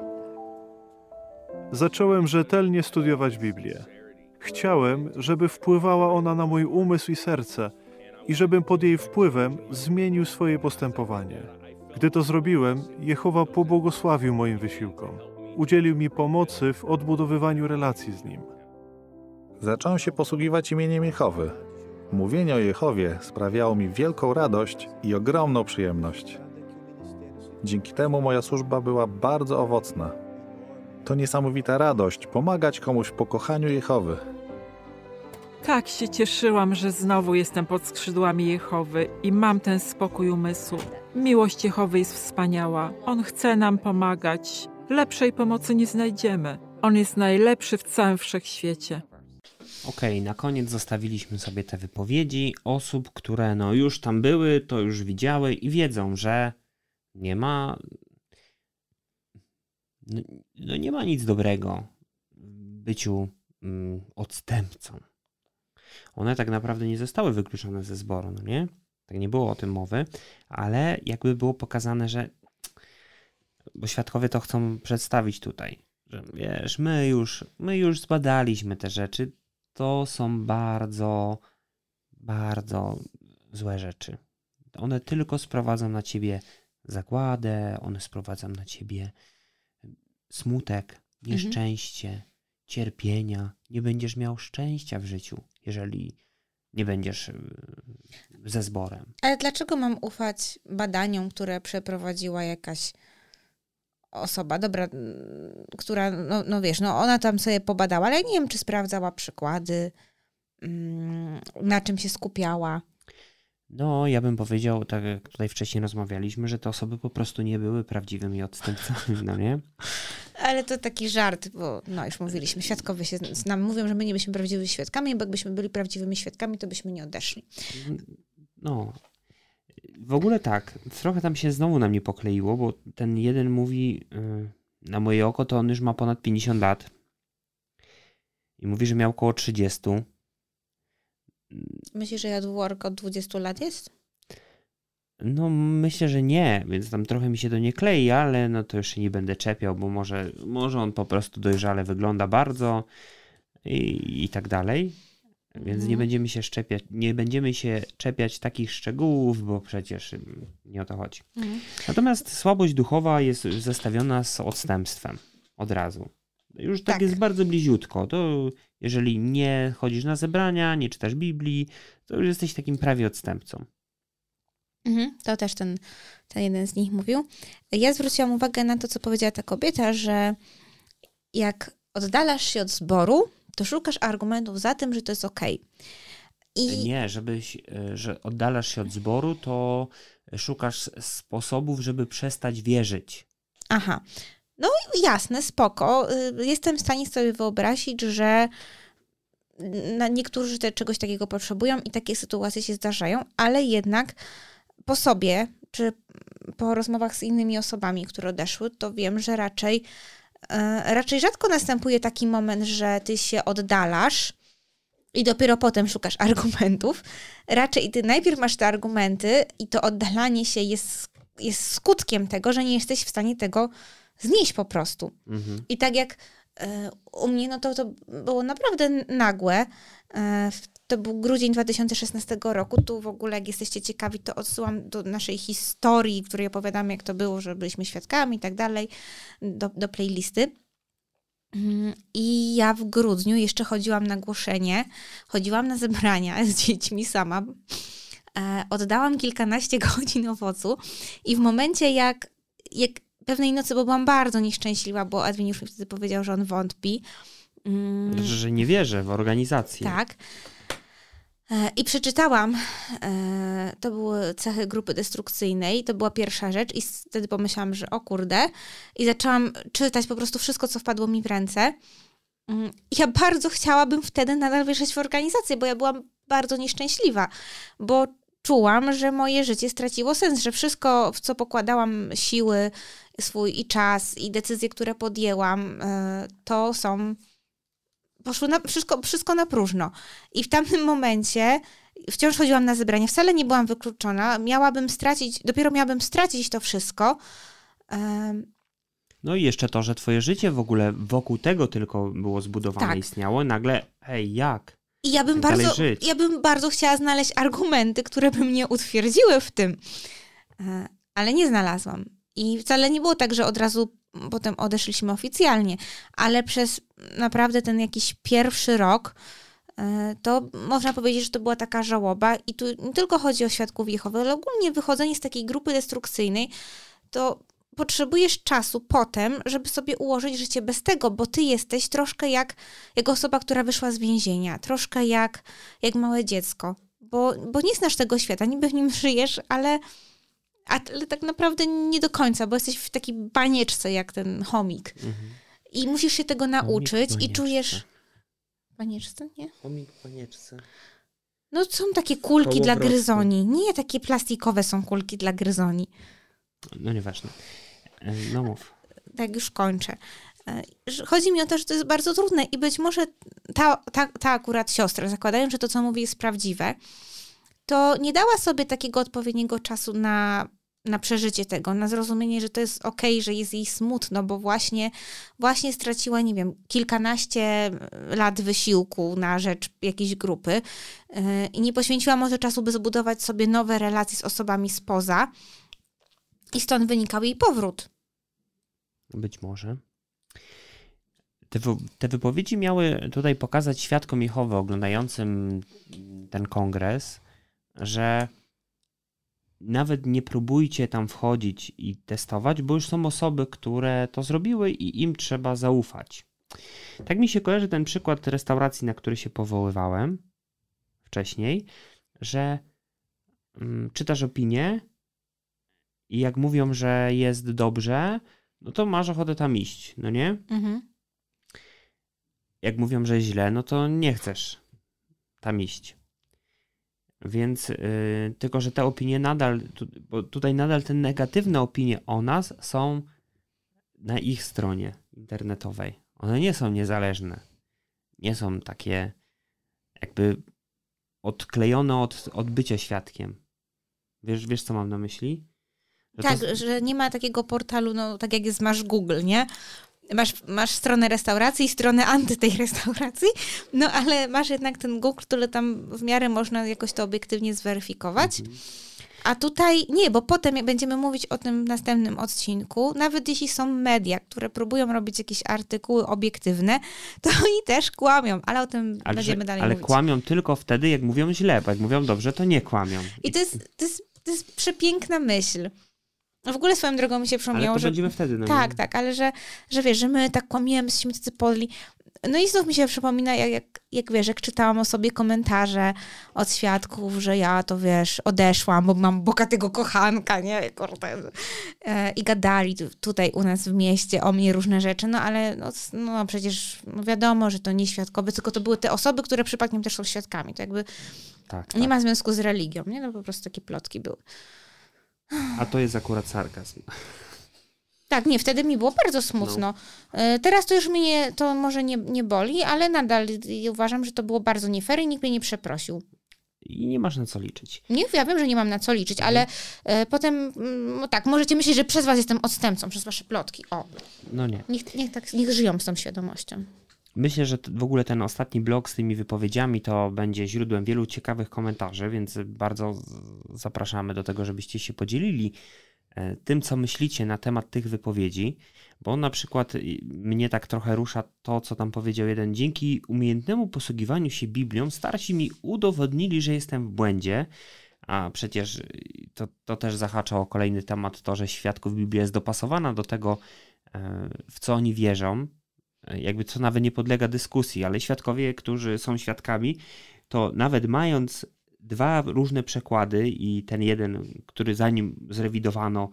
Zacząłem rzetelnie studiować Biblię. Chciałem, żeby wpływała ona na mój umysł i serce i żebym pod jej wpływem zmienił swoje postępowanie. Gdy to zrobiłem, Jehowa pobłogosławił moim wysiłkom. Udzielił mi pomocy w odbudowywaniu relacji z Nim. Zacząłem się posługiwać imieniem Jehowy. Mówienie o Jehowie sprawiało mi wielką radość i ogromną przyjemność. Dzięki temu moja służba była bardzo owocna. To niesamowita radość pomagać komuś w pokochaniu Jehowy. Tak się cieszyłam, że znowu jestem pod skrzydłami Jehowy i mam ten spokój umysłu. Miłość Jehowy jest wspaniała. On chce nam pomagać. Lepszej pomocy nie znajdziemy. On jest najlepszy w całym wszechświecie. Okej, na koniec zostawiliśmy sobie te wypowiedzi osób, które no już tam były, to już widziały i wiedzą, że nie ma... No nie ma nic dobrego byciu odstępcą. One tak naprawdę nie zostały wykluczone ze zboru, no nie? Tak nie było o tym mowy, ale jakby było pokazane, że bo świadkowie to chcą przedstawić tutaj, że wiesz, my już zbadaliśmy te rzeczy, to są bardzo, bardzo złe rzeczy. One tylko sprowadzą na ciebie zagładę, one sprowadzą na ciebie smutek, nieszczęście, cierpienia. Nie będziesz miał szczęścia w życiu, jeżeli nie będziesz ze zborem. Ale dlaczego mam ufać badaniom, które przeprowadziła jakaś osoba, dobra, która, no wiesz, no ona tam sobie pobadała, ale nie wiem, czy sprawdzała przykłady, na czym się skupiała. No, ja bym powiedział, tak jak tutaj wcześniej rozmawialiśmy, że te osoby po prostu nie były prawdziwymi odstępcami, no nie? Ale to taki żart, bo no już mówiliśmy, świadkowie się nam mówią, że my nie byliśmy prawdziwymi świadkami, bo jakbyśmy byli prawdziwymi świadkami, to byśmy nie odeszli. No, w ogóle tak, trochę tam się znowu na mnie pokleiło, bo ten jeden mówi, na moje oko to on już ma ponad 50 lat i mówi, że miał około 30. Myślisz, że Jadwork od 20 lat jest? No myślę, że nie, więc tam trochę mi się to nie klei, ale no to już się nie będę czepiał, bo może on po prostu dojrzale wygląda bardzo i tak dalej. Więc nie będziemy się czepiać takich szczegółów, bo przecież nie o to chodzi. Natomiast słabość duchowa jest zestawiona z odstępstwem od razu. Już tak jest bardzo bliziutko. To jeżeli nie chodzisz na zebrania, nie czytasz Biblii, to już jesteś takim prawie odstępcą. To też ten jeden z nich mówił. Ja zwróciłam uwagę na to, co powiedziała ta kobieta, że jak oddalasz się od zboru, to szukasz argumentów za tym, że to jest okej. Nie, że oddalasz się od zboru, to szukasz sposobów, żeby przestać wierzyć. Aha. No jasne, spoko. Jestem w stanie sobie wyobrazić, że niektórzy czegoś takiego potrzebują i takie sytuacje się zdarzają, ale jednak po sobie, czy po rozmowach z innymi osobami, które odeszły, to wiem, że raczej rzadko następuje taki moment, że ty się oddalasz i dopiero potem szukasz argumentów. Raczej ty najpierw masz te argumenty i to oddalanie się jest skutkiem tego, że nie jesteś w stanie tego znieść po prostu. I tak jak u mnie, no to było naprawdę nagłe. To był grudzień 2016 roku. Tu w ogóle, jak jesteście ciekawi, to odsyłam do naszej historii, w której opowiadamy, jak to było, że byliśmy świadkami i tak dalej, do playlisty. I ja w grudniu jeszcze chodziłam na głoszenie, chodziłam na zebrania z dziećmi sama. Oddałam kilkanaście godzin owocu i w momencie jak pewnej nocy, bo byłam bardzo nieszczęśliwa, bo Edwin już mi wtedy powiedział, że on wątpi. Że nie wierzę w organizację. Tak. I przeczytałam, to były cechy grupy destrukcyjnej, to była pierwsza rzecz i wtedy pomyślałam, że o kurde. I zaczęłam czytać po prostu wszystko, co wpadło mi w ręce. Ja bardzo chciałabym wtedy nadal wierzyć w organizację, bo ja byłam bardzo nieszczęśliwa, bo czułam, że moje życie straciło sens, że wszystko, w co pokładałam siły, swój i czas i decyzje, które podjęłam, to poszły wszystko na próżno. I w tamtym momencie wciąż chodziłam na zebranie, wcale nie byłam wykluczona, dopiero miałabym stracić to wszystko. No i jeszcze to, że twoje życie w ogóle wokół tego tylko było zbudowane, istniało, nagle, hej, jak? I ja bym bardzo chciała znaleźć argumenty, które by mnie utwierdziły w tym. Ale nie znalazłam. I wcale nie było tak, że od razu potem odeszliśmy oficjalnie, ale przez naprawdę ten jakiś pierwszy rok to można powiedzieć, że to była taka żałoba i tu nie tylko chodzi o świadków Jehowy, ale ogólnie wychodzenie z takiej grupy destrukcyjnej, to potrzebujesz czasu potem, żeby sobie ułożyć życie bez tego, bo ty jesteś troszkę jak osoba, która wyszła z więzienia, troszkę jak małe dziecko, bo nie znasz tego świata, niby w nim żyjesz, ale tak naprawdę nie do końca, bo jesteś w takiej banieczce jak ten chomik. I musisz się tego nauczyć i czujesz... Banieczce, nie? Chomik w banieczce. No są takie kulki dla gryzoni. Nie, takie plastikowe są kulki dla gryzoni. No nieważne. No mów. Tak, już kończę. Chodzi mi o to, że to jest bardzo trudne i być może ta akurat siostra, zakładając, że to, co mówi, jest prawdziwe, to nie dała sobie takiego odpowiedniego czasu na przeżycie tego, na zrozumienie, że to jest okej, że jest jej smutno, bo właśnie straciła, nie wiem, kilkanaście lat wysiłku na rzecz jakiejś grupy i nie poświęciła może czasu, by zbudować sobie nowe relacje z osobami spoza i stąd wynikał jej powrót. Być może. Te wypowiedzi miały tutaj pokazać świadkom Jehowy oglądającym ten kongres, że nawet nie próbujcie tam wchodzić i testować, bo już są osoby, które to zrobiły i im trzeba zaufać. Tak mi się kojarzy ten przykład restauracji, na który się powoływałem wcześniej, że czytasz opinię i jak mówią, że jest dobrze, no to masz ochotę tam iść, no nie? Mhm. Jak mówią, że źle, no to nie chcesz tam iść. Więc tylko, że te opinie nadal, bo tutaj nadal te negatywne opinie o nas są na ich stronie internetowej. One nie są niezależne. Nie są takie jakby odklejone od bycia świadkiem. Wiesz, co mam na myśli? Że nie ma takiego portalu, no tak jak masz Google, nie? Masz stronę restauracji i stronę anty tej restauracji, no ale masz jednak ten Google, który tam w miarę można jakoś to obiektywnie zweryfikować. A tutaj nie, bo potem będziemy mówić o tym w następnym odcinku. Nawet jeśli są media, które próbują robić jakieś artykuły obiektywne, to oni też kłamią, ale o tym będziemy dalej mówić. Ale kłamią tylko wtedy, jak mówią źle, bo jak mówią dobrze, to nie kłamią. I to jest przepiękna myśl. W ogóle swoją drogą mi się przypomniało, ale to że... będziemy wtedy. No tak, ale że wiesz, że my tak kłamiemy, jesteśmy tacy podli. No i znów mi się przypomina, jak wiesz, jak czytałam o sobie komentarze od świadków, że ja to wiesz, odeszłam, bo mam bogatego kochanka, nie? I gadali tutaj u nas w mieście o mnie różne rzeczy, no ale no przecież wiadomo, że to nie świadkowie, tylko to były te osoby, które przypadkiem też są świadkami. To jakby nie ma związku z religią, nie? No po prostu takie plotki były. A to jest akurat sarkazm. Tak, nie, wtedy mi było bardzo smutno. No. Teraz to już mnie to może nie boli, ale nadal uważam, że to było bardzo nie fair i nikt mnie nie przeprosił. I nie masz na co liczyć. Nie, ja wiem, że nie mam na co liczyć, ale potem, no tak, możecie myśleć, że przez was jestem odstępcą, przez wasze plotki. O. No nie. Niech żyją z tą świadomością. Myślę, że w ogóle ten ostatni blog z tymi wypowiedziami to będzie źródłem wielu ciekawych komentarzy, więc bardzo zapraszamy do tego, żebyście się podzielili tym, co myślicie na temat tych wypowiedzi, bo na przykład mnie tak trochę rusza to, co tam powiedział jeden. Dzięki umiejętnemu posługiwaniu się Biblią starsi mi udowodnili, że jestem w błędzie, a przecież to też zahacza o kolejny temat, to, że świadków Biblia jest dopasowana do tego, w co oni wierzą, jakby co nawet nie podlega dyskusji, ale świadkowie, którzy są świadkami, to nawet mając dwa różne przekłady i ten jeden, który zanim zrewidowano,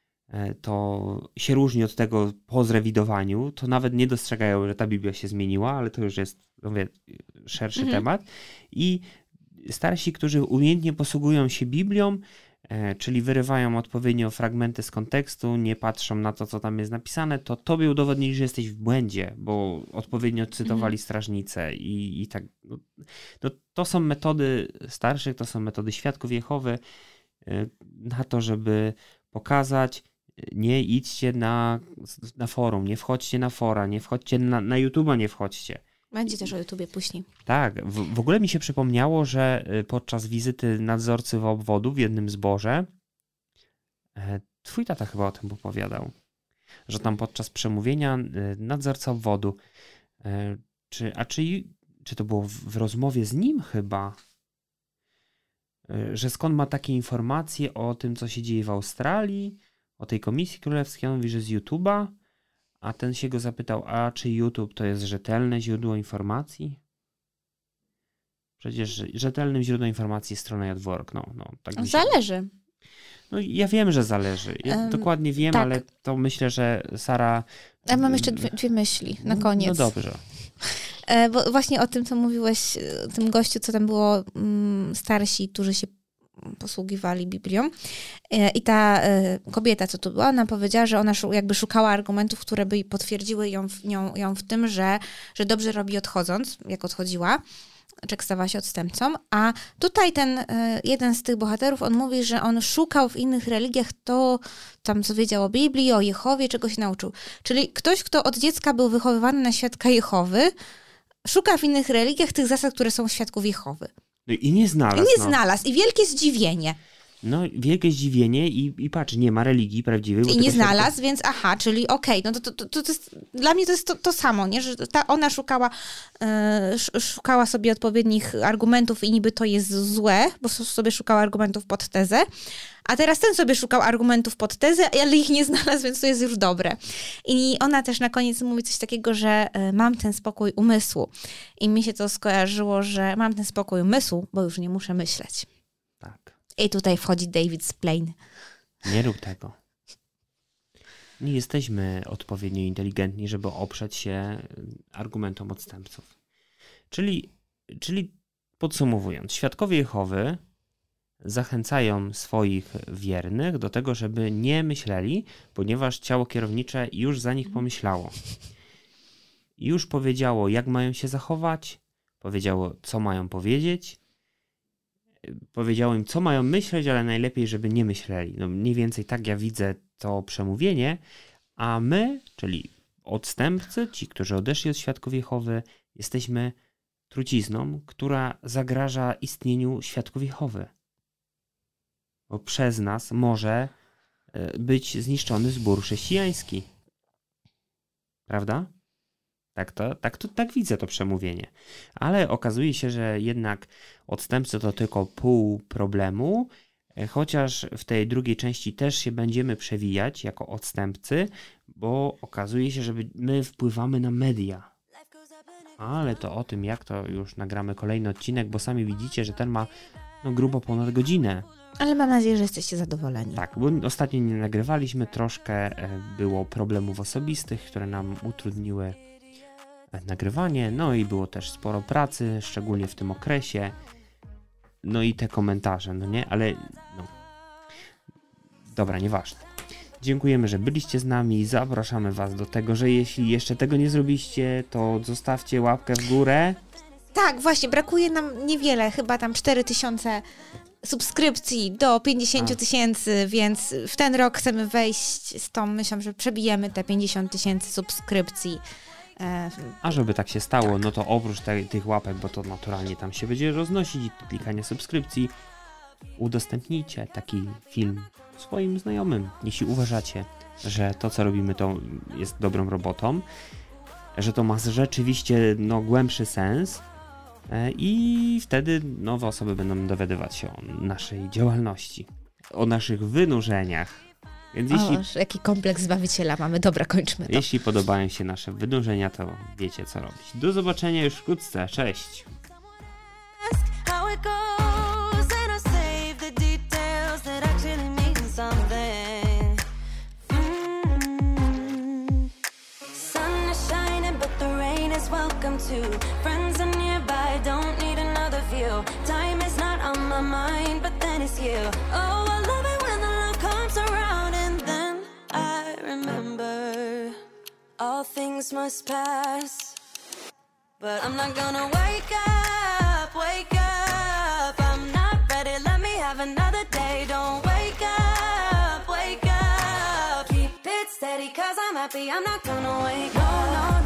to się różni od tego po zrewidowaniu, to nawet nie dostrzegają, że ta Biblia się zmieniła, ale to już jest, mówię, szerszy temat. I starsi, którzy umiejętnie posługują się Biblią, czyli wyrywają odpowiednio fragmenty z kontekstu, nie patrzą na to, co tam jest napisane, to tobie udowodnili, że jesteś w błędzie, bo odpowiednio cytowali strażnicę i tak. No, to są metody starszych, to są metody świadków Jehowy na to, żeby pokazać, nie idźcie na forum, nie wchodźcie na fora, nie wchodźcie na YouTube'a, nie wchodźcie. Będzie też o YouTubie później. Tak. W ogóle mi się przypomniało, że podczas wizyty nadzorcy w obwodu w jednym zborze, twój tata chyba o tym opowiadał, że tam podczas przemówienia nadzorca obwodu, czy to było w rozmowie z nim chyba, że skąd ma takie informacje o tym, co się dzieje w Australii, o tej komisji królewskiej, on mówi, że z YouTube'a, a ten się go zapytał, a czy YouTube to jest rzetelne źródło informacji? Przecież rzetelnym źródłem informacji jest strona Jadwork. Tak zależy. No ja wiem, że zależy. Ja dokładnie wiem, tak. Ale to myślę, że Sara... Ja mam jeszcze dwie myśli na koniec. No dobrze. Bo właśnie o tym, co mówiłeś, tym gościu, co tam było, starsi, którzy się posługiwali Biblią. I ta kobieta, co tu była, ona powiedziała, że ona jakby szukała argumentów, które by potwierdziły ją w tym, że dobrze robi odchodząc, jak odchodziła, czy stała się odstępcą. A tutaj ten jeden z tych bohaterów, on mówi, że on szukał w innych religiach to, tam co wiedział o Biblii, o Jehowie, czegoś nauczył. Czyli ktoś, kto od dziecka był wychowywany na świadka Jehowy, szuka w innych religiach tych zasad, które są świadków Jehowy. No i nie znalazł. I nie znalazł. I wielkie zdziwienie. No, wielkie zdziwienie i patrz, nie ma religii prawdziwej. I nie znalazł, więc czyli okej, no to jest, dla mnie to jest to samo, nie? Że ona szukała sobie odpowiednich argumentów i niby to jest złe, bo sobie szukała argumentów pod tezę, a teraz ten sobie szukał argumentów pod tezę, ale ich nie znalazł, więc to jest już dobre. I ona też na koniec mówi coś takiego, że mam ten spokój umysłu. I mi się to skojarzyło, że mam ten spokój umysłu, bo już nie muszę myśleć. Tak. I tutaj wchodzi David Splane. Nie rób tego. Nie jesteśmy odpowiednio inteligentni, żeby oprzeć się argumentom odstępców. Czyli podsumowując, świadkowie Jehowy zachęcają swoich wiernych do tego, żeby nie myśleli, ponieważ ciało kierownicze już za nich pomyślało. Już powiedziało, jak mają się zachować, powiedziało, co mają powiedzieć, powiedziało im, co mają myśleć, ale najlepiej, żeby nie myśleli. No mniej więcej tak ja widzę to przemówienie, a my, czyli odstępcy, ci, którzy odeszli od świadków Jehowy, jesteśmy trucizną, która zagraża istnieniu świadków Jehowy. Bo przez nas może być zniszczony zbór chrześcijański. Prawda? Tak widzę to przemówienie. Ale okazuje się, że jednak odstępcy to tylko pół problemu, chociaż w tej drugiej części też się będziemy przewijać jako odstępcy, bo okazuje się, że my wpływamy na media. Ale to o tym, jak to już nagramy kolejny odcinek, bo sami widzicie, że ten ma grubo ponad godzinę. Ale mam nadzieję, że jesteście zadowoleni. Tak, bo ostatnio nie nagrywaliśmy, troszkę było problemów osobistych, które nam utrudniły nagrywanie, no i było też sporo pracy, szczególnie w tym okresie, no i te komentarze, no nie, ale dobra, nieważne. Dziękujemy, że byliście z nami, zapraszamy was do tego, że jeśli jeszcze tego nie zrobiliście, to zostawcie łapkę w górę. Tak, właśnie, brakuje nam niewiele, chyba tam 4000 subskrypcji do 50 000, więc w ten rok chcemy wejść z tą myślą, że przebijemy te 50 000 subskrypcji. A żeby tak się stało, no to oprócz tych łapek, bo to naturalnie tam się będzie roznosić i klikania subskrypcji, udostępnijcie taki film swoim znajomym, jeśli uważacie, że to, co robimy, to jest dobrą robotą, że to ma rzeczywiście głębszy sens i wtedy nowe osoby będą dowiadywać się o naszej działalności, o naszych wynurzeniach. Więc jaki kompleks Zbawiciela mamy. Dobra, kończmy to. Jeśli podobają się nasze wynurzenia, to wiecie, co robić. Do zobaczenia już wkrótce. Cześć! All things must pass, but I'm not gonna wake up, I'm not ready, let me have another day, don't wake up, keep it steady, cause I'm happy, I'm not gonna wake up, no.